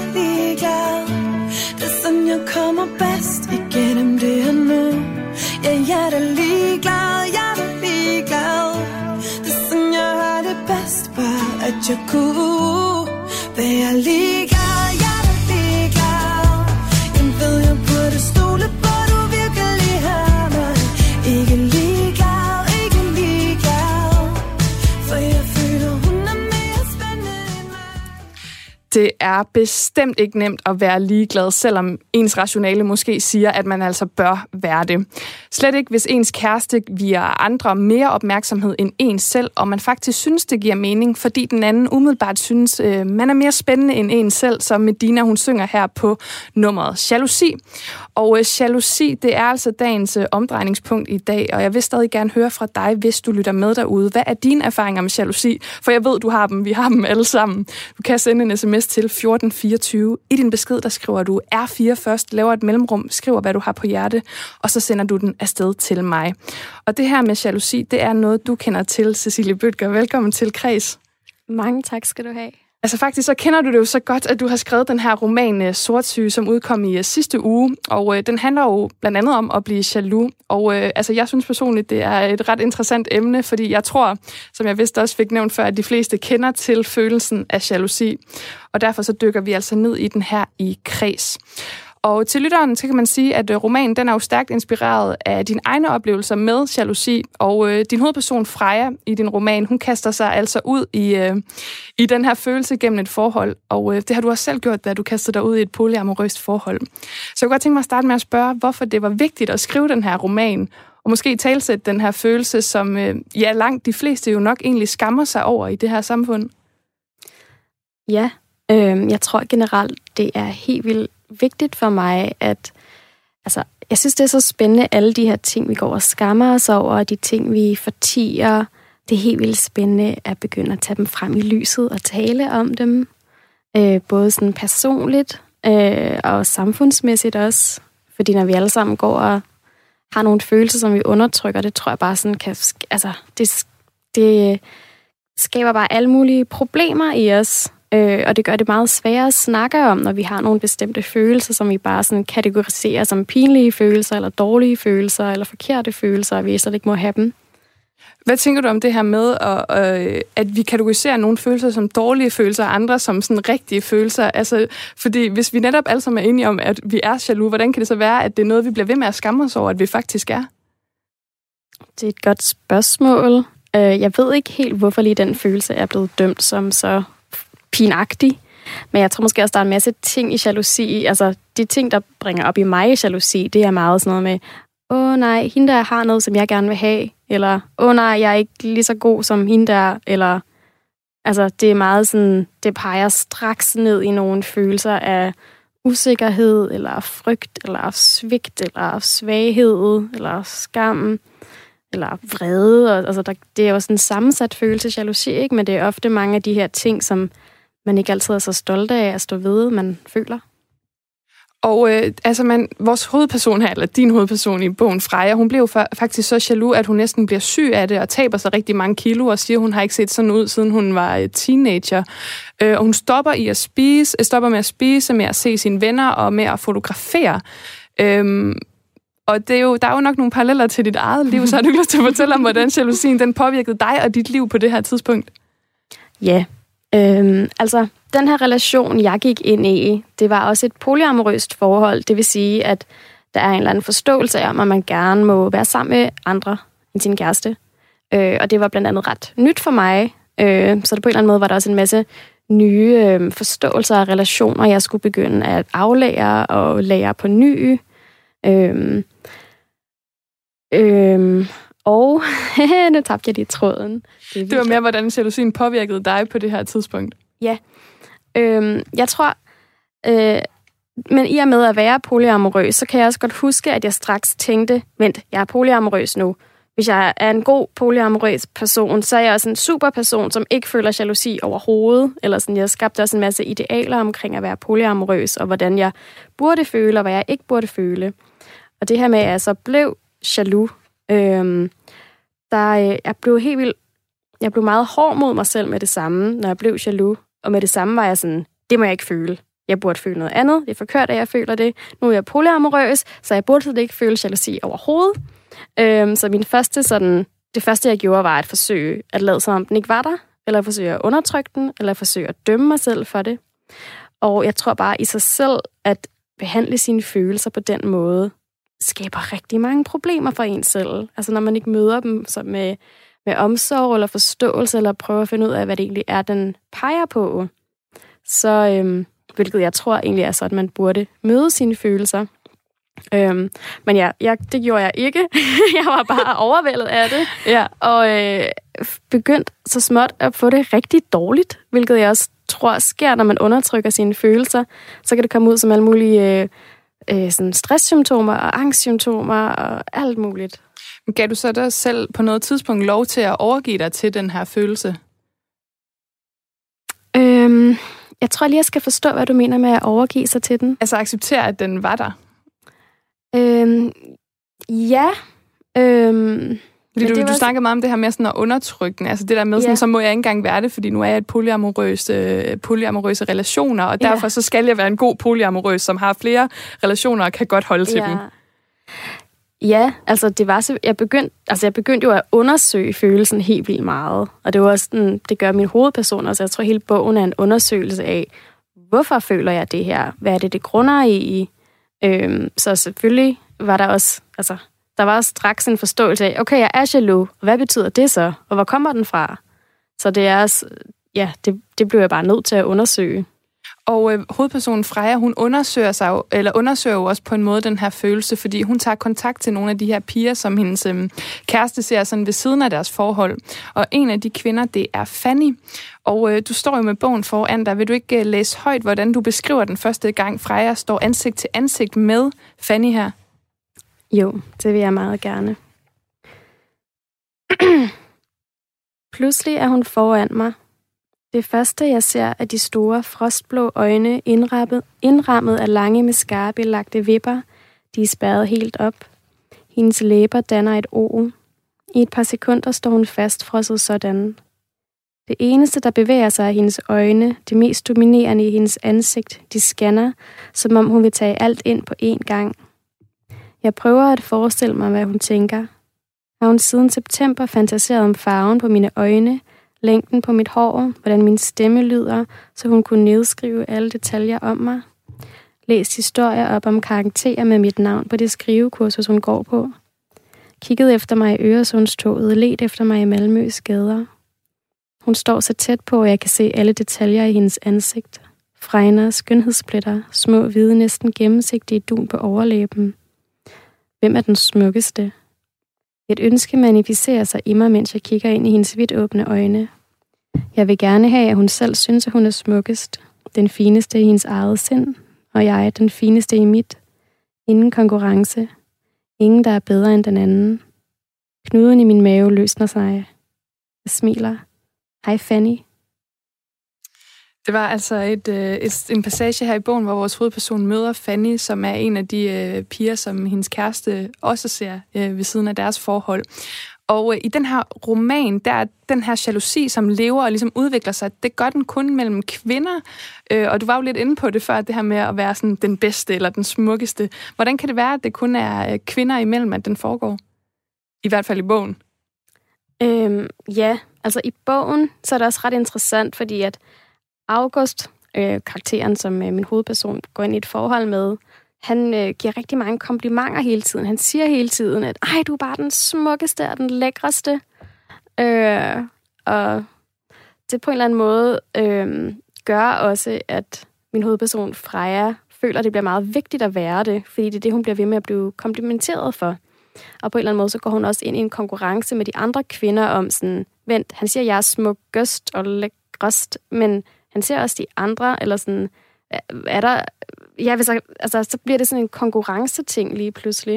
det er sådan, jeg kommer bedst igennem det her nu. Ja, jeg er da ligeglad, det er sådan, jeg har det bedst, bare at jeg kunne være ligeglad, jeg ved, jeg burde stole på, du virkelig har mig. Ikke ligeglad, for jeg føler, hun er mere spændende end mig. Det er bestemt ikke nemt at være ligeglad, selvom ens rationale måske siger, at man altså bør være det. Slet ikke, hvis ens kæreste giver andre mere opmærksomhed end ens selv, og man faktisk synes, det giver mening, fordi den anden umiddelbart synes, man er mere spændende end ens selv, som Medina, hun synger her på nummeret Jalousi. Og jalousi, det er altså dagens omdrejningspunkt i dag, og jeg vil stadig gerne høre fra dig, hvis du lytter med derude. Hvad er dine erfaringer med jalousi? For jeg ved, du har dem. Vi har dem alle sammen. Du kan sende en sms til 1424. I din besked, der skriver du R4 først, laver et mellemrum, skriver, hvad du har på hjerte, og så sender du den afsted til mig. Og det her med jalousi, det er noget, du kender til, Cecilie Bødker. Velkommen til Kreds. Mange tak skal du have. Altså faktisk, så kender du det jo så godt, at du har skrevet den her roman Sortsyge, som udkom i sidste uge, og den handler jo blandt andet om at blive jaloux. Og jeg synes personligt, det er et ret interessant emne, fordi jeg tror, som jeg vist også fik nævnt før, at de fleste kender til følelsen af jalousi. Og derfor så dykker vi altså ned i den her i Kreds. Og til lytteren, så kan man sige, at romanen den er jo stærkt inspireret af dine egne oplevelser med jalousi, og din hovedperson Freja i din roman, hun kaster sig altså ud i den her følelse gennem et forhold, og det har du også selv gjort, da du kastede dig ud i et polyamorøst forhold. Så jeg kunne godt tænke mig at starte med at spørge, hvorfor det var vigtigt at skrive den her roman, og måske talsætte den her følelse, som langt de fleste jo nok egentlig skammer sig over i det her samfund. Ja, jeg tror generelt, det er helt vildt vigtigt for mig, at jeg synes, det er så spændende, alle de her ting, vi går og skammer os over, de ting, vi fortier. Det er helt vildt spændende at begynde at tage dem frem i lyset og tale om dem. Både sådan personligt og samfundsmæssigt også. Fordi når vi alle sammen går og har nogle følelser, som vi undertrykker, det tror jeg bare sådan kan... det skaber bare alle mulige problemer i os. Og det gør det meget sværere at snakke om, når vi har nogle bestemte følelser, som vi bare sådan kategoriserer som pinlige følelser, eller dårlige følelser, eller forkerte følelser, og vi slet ikke må have dem. Hvad tænker du om det her med, at vi kategoriserer nogle følelser som dårlige følelser, og andre som sådan rigtige følelser? Altså, fordi hvis vi netop alle sammen er enige om, at vi er jaloux, hvordan kan det så være, at det er noget, vi bliver ved med at skamme os over, at vi faktisk er? Det er et godt spørgsmål. Jeg ved ikke helt, hvorfor lige den følelse er blevet dømt som så pinagtig. Men jeg tror måske også, der er en masse ting i jalousi. Altså, de ting, der bringer op i mig i jalousi, det er meget sådan noget med, nej, hende der har noget, som jeg gerne vil have. Eller, nej, jeg er ikke lige så god som hende der. Eller, altså, det er meget sådan, det peger straks ned i nogle følelser af usikkerhed, eller frygt, eller svigt, eller svaghed, eller skam, eller vrede. Altså, det er jo sådan en sammensat følelse, jalousi, ikke? Men det er ofte mange af de her ting, som man ikke altid er så stolt af at stå ved, man føler. Og vores hovedperson her, eller din hovedperson i bogen, Freja, hun blev faktisk så jaloux, at hun næsten bliver syg af det og taber sig rigtig mange kilo og siger, at hun har ikke set sådan ud, siden hun var teenager. Og hun stopper med at spise, med at se sine venner og med at fotografere. Og der er jo nok nogle paralleller til dit eget liv, så har du lyst til at fortælle om, hvordan jalousien den påvirkede dig og dit liv på det her tidspunkt? Ja, altså den her relation, jeg gik ind i, det var også et polyamorøst forhold. Det vil sige, at der er en eller anden forståelse af, at man gerne må være sammen med andre end sin kæreste. Og det var blandt andet ret nyt for mig. Så det på en eller anden måde var der også en masse nye forståelser af relationer, jeg skulle begynde at aflære og lære på ny. Og nu tabte jeg lige tråden. Det var mere, hvordan jalousien påvirkede dig på det her tidspunkt. Ja. Jeg tror, men i og med at være polyamorøs, så kan jeg også godt huske, at jeg straks tænkte, vent, jeg er polyamorøs nu. Hvis jeg er en god polyamorøs person, så er jeg også en super person, som ikke føler jalousi overhovedet. Eller sådan, jeg skabte også en masse idealer omkring at være polyamorøs, og hvordan jeg burde føle, og hvad jeg ikke burde føle. Og det her med, at jeg så blev jaloux, jeg blev meget hård mod mig selv med det samme, når jeg blev jaloux. Og med det samme var jeg sådan, det må jeg ikke føle. Jeg burde føle noget andet. Det er forkert, at jeg føler det. Nu er jeg polyamorøs, så jeg burde slet ikke føle jalousi overhovedet. Så det første, jeg gjorde, var at forsøge at lade som om den ikke var der, eller at forsøge at undertrykke den, eller at forsøge at dømme mig selv for det. Og jeg tror bare i sig selv, at behandle sine følelser på den måde, skaber rigtig mange problemer for en selv. Altså når man ikke møder dem så med omsorg eller forståelse, eller prøver at finde ud af, hvad det egentlig er, den peger på. Så, hvilket jeg tror egentlig er så, at man burde møde sine følelser. Men ja, det gjorde jeg ikke. Jeg var bare overvældet af det. Ja. Og begyndte så småt at få det rigtig dårligt, hvilket jeg også tror sker, når man undertrykker sine følelser. Så kan det komme ud som alle mulige sådan stresssymptomer og angstsymptomer og alt muligt. Gav du så dig selv på noget tidspunkt lov til at overgive dig til den her følelse? Jeg tror lige, jeg skal forstå, hvad du mener med at overgive sig til den. Altså acceptere, at den var der? Ja. Fordi du snakkede meget om det her med sådan at undertrykke den. Altså det der med, sådan, så må jeg ikke engang være det, fordi nu er jeg et polyamorøse relationer, og derfor så skal jeg være en god polyamorøs, som har flere relationer og kan godt holde til dem. Ja, altså det var så, jeg begyndte jo at undersøge følelsen helt vildt meget. Og det var også sådan, det gør min hovedperson også. Jeg tror hele bogen er en undersøgelse af, hvorfor føler jeg det her? Hvad er det grunder i? Så selvfølgelig var der også, altså der var også straks en forståelse af, okay, jeg er jaloux. Hvad betyder det så? Og hvor kommer den fra? Så det er også, ja, det blev jeg bare nødt til at undersøge. Og hovedpersonen Freja, hun undersøger jo også på en måde den her følelse, fordi hun tager kontakt til nogle af de her piger, som hendes kæreste ser sådan ved siden af deres forhold. Og en af de kvinder, det er Fanny. Og du står jo med bogen foran dig. Vil du ikke læse højt, hvordan du beskriver den første gang, Freja står ansigt til ansigt med Fanny her? Jo, det vil jeg meget gerne. Pludselig er hun foran mig. Det første, jeg ser, er de store, frostblå øjne indrammet af lange med skarpelagte vipper. De er spærret helt op. Hendes læber danner et O. I et par sekunder står hun fastfrosset sådan. Det eneste, der bevæger sig, er hendes øjne, det mest dominerende i hendes ansigt. De scanner, som om hun vil tage alt ind på én gang. Jeg prøver at forestille mig, hvad hun tænker. Har hun siden september fantaseret om farven på mine øjne, længden på mit hår, hvordan min stemme lyder, så hun kunne nedskrive alle detaljer om mig. Læst historier op om karakterer med mit navn på det skrivekursus, hun går på. Kigget efter mig i Øresundstoget, let efter mig i Malmøs gader. Hun står så tæt på, at jeg kan se alle detaljer i hendes ansigt. Fregner, skønhedspletter, små hvide, næsten gennemsigtige dun på overlæben. Hvem er den smukkeste? Et ønske manifesterer sig i mig, mens jeg kigger ind i hendes vidt åbne øjne. Jeg vil gerne have, at hun selv synes, at hun er smukkest. Den fineste i hendes eget sind, og jeg er den fineste i mit. Ingen konkurrence. Ingen, der er bedre end den anden. Knuden i min mave løsner sig. Jeg smiler. Hej Fanny. Det var altså en passage her i bogen, hvor vores hovedperson møder Fanny, som er en af de piger, som hendes kæreste også ser ved siden af deres forhold. Og i den her roman, der er den her jalousi, som lever og ligesom udvikler sig, det gør den kun mellem kvinder. Og du var jo lidt inde på det før, det her med at være sådan den bedste eller den smukkeste. Hvordan kan det være, at det kun er kvinder imellem, at den foregår? I hvert fald i bogen. Ja, altså i bogen, så er det også ret interessant, fordi at August, karakteren, som min hovedperson går ind i et forhold med, han giver rigtig mange komplimenter hele tiden. Han siger hele tiden, at ej, du er bare den smukkeste og den lækreste. Og det på en eller anden måde gør også, at min hovedperson Freja føler, at det bliver meget vigtigt at være det, fordi det er det, hun bliver ved med at blive komplimenteret for. Og på en eller anden måde, så går hun også ind i en konkurrence med de andre kvinder om sådan, vent, han siger, jeg er smukkest og lækrest, men han ser også de andre, eller sådan, er der... Ja, hvis så bliver det sådan en konkurrenceting lige pludselig.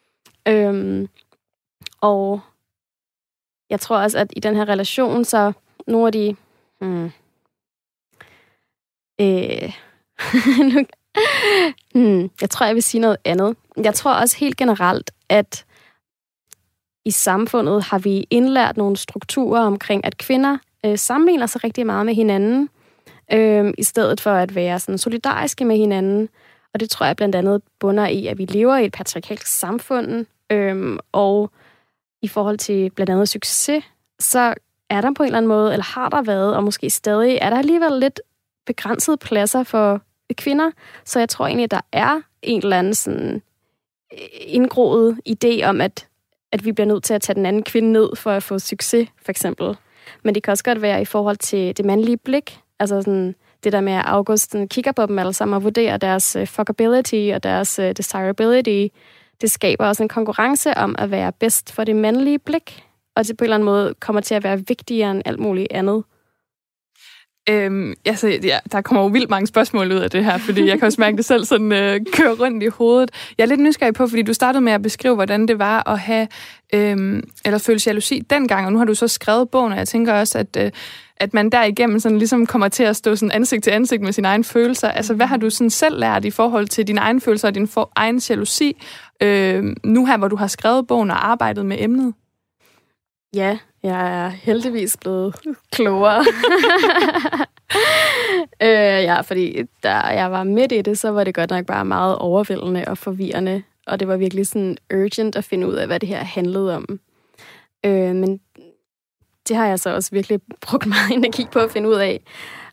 Og jeg tror også, at i den her relation, så nogle af de... jeg tror, jeg vil sige noget andet. Jeg tror også helt generelt, at i samfundet har vi indlært nogle strukturer omkring, at kvinder sammenligner sig rigtig meget med hinanden, i stedet for at være sådan solidariske med hinanden. Og det tror jeg blandt andet bunder i, at vi lever i et patriarkalsk samfund, og i forhold til blandt andet succes, så er der på en eller anden måde, eller har der været, og måske stadig, er der alligevel lidt begrænsede pladser for kvinder. Så jeg tror egentlig, at der er en eller anden sådan indgroet idé om, at vi bliver nødt til at tage den anden kvinde ned for at få succes, for eksempel. Men det kan også godt være i forhold til det mandlige blik. Altså sådan det der med, at August kigger på dem alle sammen og vurderer deres fuckability og deres desirability. Det skaber også en konkurrence om at være bedst for det mandlige blik. Og det på en eller anden måde kommer til at være vigtigere end alt muligt andet. Der kommer jo vildt mange spørgsmål ud af det her, fordi jeg kan også mærke det selv sådan kører rundt i hovedet. Jeg er lidt nysgerrig på, fordi du startede med at beskrive, hvordan det var at have eller føle jalousi dengang, og nu har du så skrevet bogen, og jeg tænker også, at man derigennem sådan ligesom kommer til at stå sådan ansigt til ansigt med sine egne følelser. Altså, hvad har du sådan selv lært i forhold til dine egne følelser og din egen jalousi, nu her, hvor du har skrevet bogen og arbejdet med emnet? Ja, jeg er heldigvis blevet klogere. Fordi da jeg var midt i det, så var det godt nok bare meget overvældende og forvirrende. Og det var virkelig sådan urgent at finde ud af, hvad det her handlede om. Men det har jeg så også virkelig brugt meget energi på at finde ud af.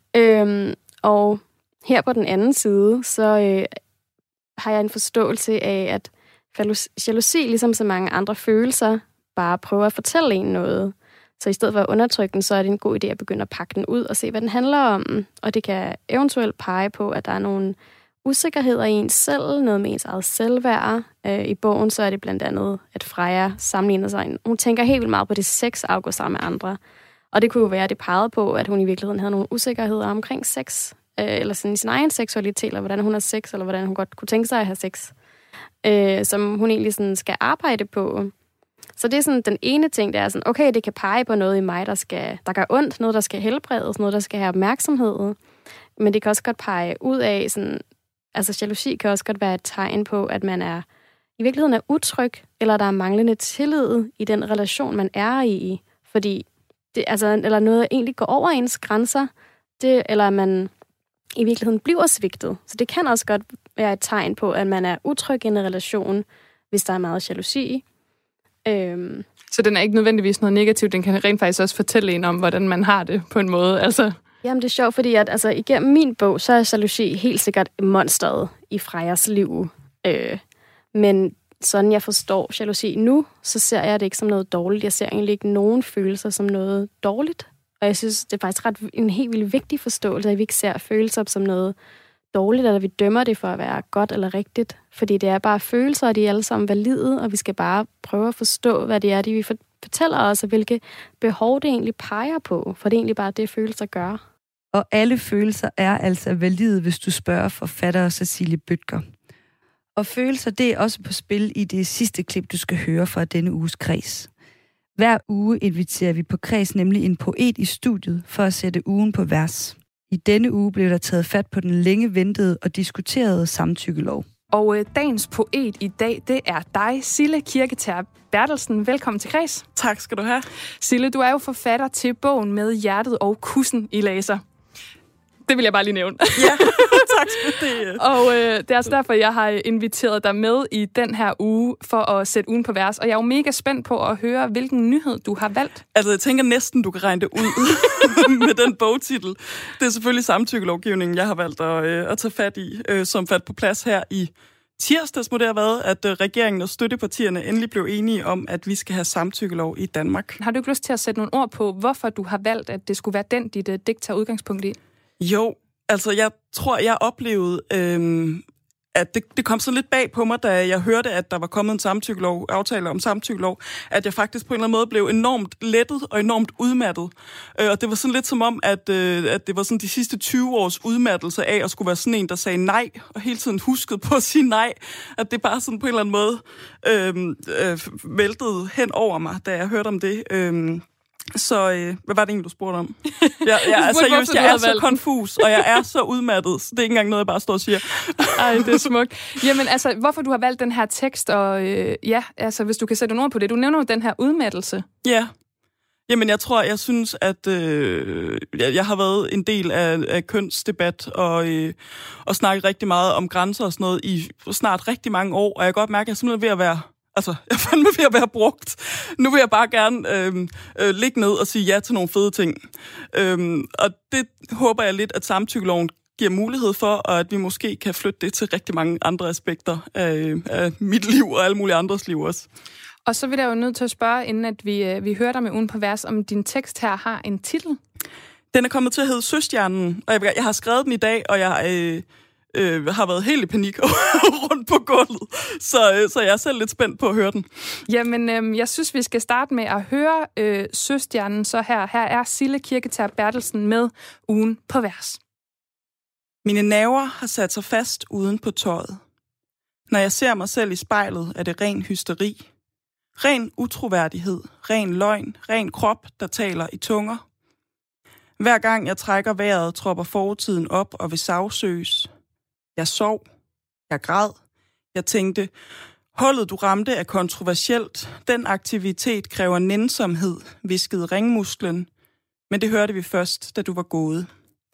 Og her på den anden side, så har jeg en forståelse af, at jalousi, ligesom så mange andre følelser, bare prøver at fortælle en noget. Så i stedet for at undertrykke den, så er det en god idé at begynde at pakke den ud og se, hvad den handler om. Og det kan eventuelt pege på, at der er nogle usikkerheder i ens selv, noget med ens eget selvværd. I bogen så er det blandt andet, at Freja sammenligner sig. Hun tænker helt vildt meget på det sex, August sammen med andre. Og det kunne jo være, at det pegede på, at hun i virkeligheden havde nogle usikkerheder omkring sex. Eller sådan sin egen seksualitet, eller hvordan hun har sex, eller hvordan hun godt kunne tænke sig at have sex. Som hun egentlig sådan skal arbejde på. Så det er sådan den ene ting, der er sådan, okay, det kan pege på noget i mig, der gør ondt, noget, der skal helbredes, noget, der skal have opmærksomhed. Men det kan også godt pege ud af sådan, altså jalousi kan også godt være et tegn på, at man i virkeligheden er utryg, eller der er manglende tillid i den relation, man er i. Fordi det, eller noget egentlig går over ens grænser, eller man i virkeligheden bliver svigtet. Så det kan også godt være et tegn på, at man er utryg i en relation, hvis der er meget jalousi. Så den er ikke nødvendigvis noget negativt, den kan rent faktisk også fortælle en om, hvordan man har det på en måde, altså. Jamen, det er sjovt, fordi at, igennem min bog, så er jalousi helt sikkert monsteret i Frejas liv. Men sådan jeg forstår jalousi nu, så ser jeg det ikke som noget dårligt. Jeg ser egentlig ikke nogen følelser som noget dårligt. Og jeg synes, det er faktisk en helt vildt vigtig forståelse, at vi ikke ser følelser som noget dårligt, eller vi dømmer det for at være godt eller rigtigt. Fordi det er bare følelser, og de er alle sammen valide, og vi skal bare prøve at forstå, hvad det er, de vi fortæller os, og hvilke behov det egentlig peger på. For det er egentlig bare det, følelser gør. Og alle følelser er altså valide, hvis du spørger forfatter Cecilie Bødker. Og følelser, det er også på spil i det sidste klip, du skal høre fra denne uges Kreds. Hver uge inviterer vi på Kreds nemlig en poet i studiet for at sætte ugen på vers. I denne uge blev der taget fat på den længe ventede og diskuterede samtykkelov. Og dagens poet i dag, det er dig, Sille Kirketær Bertelsen. Velkommen til Kreds. Tak skal du have. Sille, du er jo forfatter til bogen Med hjertet og kussen i laser. Det vil jeg bare lige nævne. Ja, tak skal du have. Og det er altså derfor, jeg har inviteret dig med i den her uge for at sætte ugen på vers. Og jeg er jo mega spændt på at høre, hvilken nyhed du har valgt. Altså, jeg tænker næsten, du kan regne det ud med den bogtitel. Det er selvfølgelig samtykkelovgivningen, jeg har valgt at tage fat i, som faldt på plads her i tirsdags, må det have været, at regeringen og støttepartierne endelig blev enige om, at vi skal have samtykkelov i Danmark. Har du ikke lyst til at sætte nogle ord på, hvorfor du har valgt, at det skulle være den, dit digt tager udgangspunkt i? Jo, altså jeg tror, jeg oplevede, at det kom så lidt bag på mig, da jeg hørte, at der var kommet en aftale om samtykkelov, at jeg faktisk på en eller anden måde blev enormt lettet og enormt udmattet. Og det var sådan lidt som om, at det var sådan de sidste 20 års udmattelse af at skulle være sådan en, der sagde nej, og hele tiden huskede på at sige nej. At det bare sådan på en eller anden måde væltede hen over mig, da jeg hørte om det. Så hvad var det egentlig, du spurgte om? Jeg er seriøst, jeg er så konfus, og jeg er så udmattet. Så det er ikke engang noget, jeg bare står og siger. Ej, det er smukt. Jamen altså, hvorfor du har valgt den her tekst, og altså, hvis du kan sætte nogle ord på det. Du nævner jo den her udmattelse. Ja. Jamen, jeg synes, at jeg har været en del af kønsdebat og snakket rigtig meget om grænser og sådan noget i snart rigtig mange år, og jeg kan godt mærke, at jeg er simpelthen ved at være... Altså, jeg er fandme ved at være brugt. Nu vil jeg bare gerne ligge ned og sige ja til nogle fede ting. Og det håber jeg lidt, at samtykkeloven giver mulighed for, og at vi måske kan flytte det til rigtig mange andre aspekter af mit liv og alle mulige andres liv også. Og så vil jeg jo nødt til at spørge, inden at vi hører dig med ugen på vers, om din tekst her har en titel. Den er kommet til at hedde Søstjernen, og jeg har skrevet den i dag, og jeg har været helt i panik rundt på gulvet, så jeg er selv lidt spændt på at høre den. Jamen, jeg synes, vi skal starte med at høre Søstjernen, så her er Sille Kirketær Bertelsen med ugen på vers. Mine nerver har sat sig fast uden på tøjet. Når jeg ser mig selv i spejlet, er det ren hysteri. Ren utroværdighed, ren løgn, ren krop, der taler i tunger. Hver gang jeg trækker vejret, tropper fortiden op og vil sagsøges. Jeg sov. Jeg græd. Jeg tænkte, hullet du ramte er kontroversielt. Den aktivitet kræver nænsomhed, viskede ringmusklen. Men det hørte vi først, da du var gået.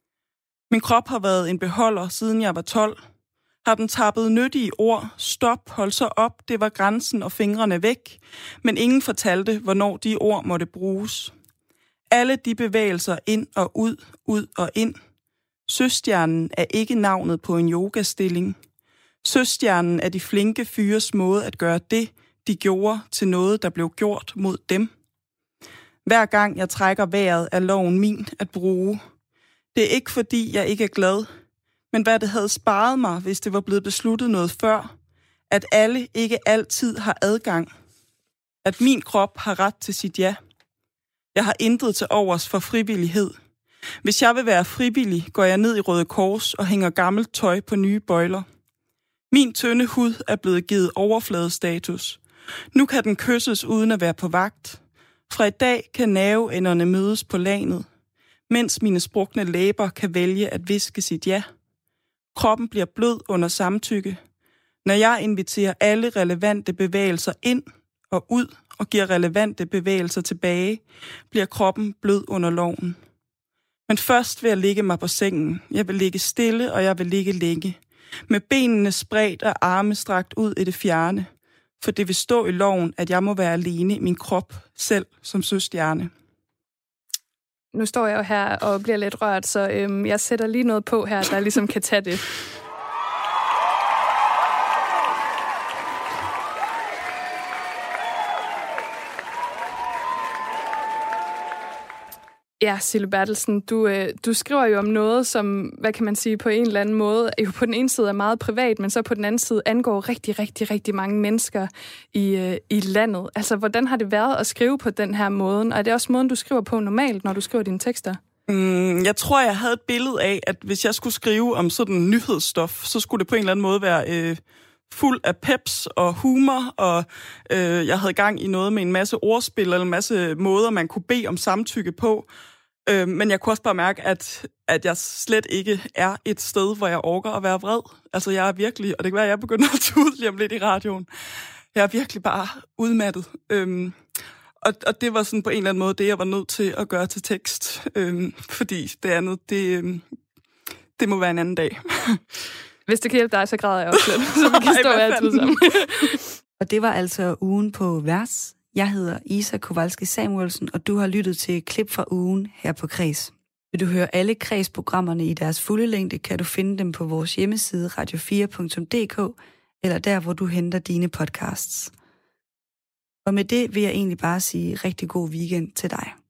Min krop har været en beholder, siden jeg var 12. Har den tappet nyttige ord. Stop, hold så op, det var grænsen og fingrene væk. Men ingen fortalte, hvornår de ord måtte bruges. Alle de bevægelser ind og ud, ud og ind. Søstjernen er ikke navnet på en yogastilling. Søstjernen er de flinke fyres måde at gøre det, de gjorde, til noget, der blev gjort mod dem. Hver gang jeg trækker vejret, er loven min at bruge. Det er ikke fordi, jeg ikke er glad, men hvad det havde sparet mig, hvis det var blevet besluttet noget før. At alle ikke altid har adgang. At min krop har ret til sit ja. Jeg har intet til overs for frivillighed. Hvis jeg vil være frivillig, går jeg ned i Røde Kors og hænger gammelt tøj på nye bøjler. Min tynde hud er blevet givet overfladestatus. Nu kan den kysses uden at være på vagt. Fra i dag kan nerveenderne mødes på lanet, mens mine sprukne læber kan vælge at viske sit ja. Kroppen bliver blød under samtykke. Når jeg inviterer alle relevante bevægelser ind og ud og giver relevante bevægelser tilbage, bliver kroppen blød under loven. Men først vil jeg ligge mig på sengen. Jeg vil ligge stille, og jeg vil ligge længe. Med benene spredt og arme strakt ud i det fjerne. For det vil stå i loven, at jeg må være alene i min krop, selv som søstjerne. Nu står jeg jo her og bliver lidt rørt, så jeg sætter lige noget på her, der ligesom kan tage det. Ja, Sille Bertelsen, du skriver jo om noget, som, hvad kan man sige, på en eller anden måde, jo på den ene side er meget privat, men så på den anden side angår rigtig, rigtig, rigtig mange mennesker i landet. Altså, hvordan har det været at skrive på den her måde? Og er det også måden, du skriver på normalt, når du skriver dine tekster? Jeg tror, jeg havde et billede af, at hvis jeg skulle skrive om sådan nyhedsstof, så skulle det på en eller anden måde være fuld af peps og humor, og jeg havde gang i noget med en masse ordspil, eller en masse måder, man kunne bede om samtykke på. Men jeg kunne også bare mærke, at jeg slet ikke er et sted, hvor jeg orker at være vred. Altså, jeg er virkelig, og det kan være, at jeg begynder at tude lige om lidt i radioen. Jeg er virkelig bare udmattet. Og det var sådan på en eller anden måde det, jeg var nødt til at gøre til tekst. Fordi det andet, det må være en anden dag. Hvis det kan hjælpe dig, så græder jeg også lidt. Så vi kan stå altid sammen. Og det var altså ugen på Vers. Jeg hedder Isa Kowalski Samuelsen, og du har lyttet til klip fra ugen her på Kreds. Vil du høre alle Kreds-programmerne i deres fulde længde, kan du finde dem på vores hjemmeside radio4.dk, eller der, hvor du henter dine podcasts. Og med det vil jeg egentlig bare sige rigtig god weekend til dig.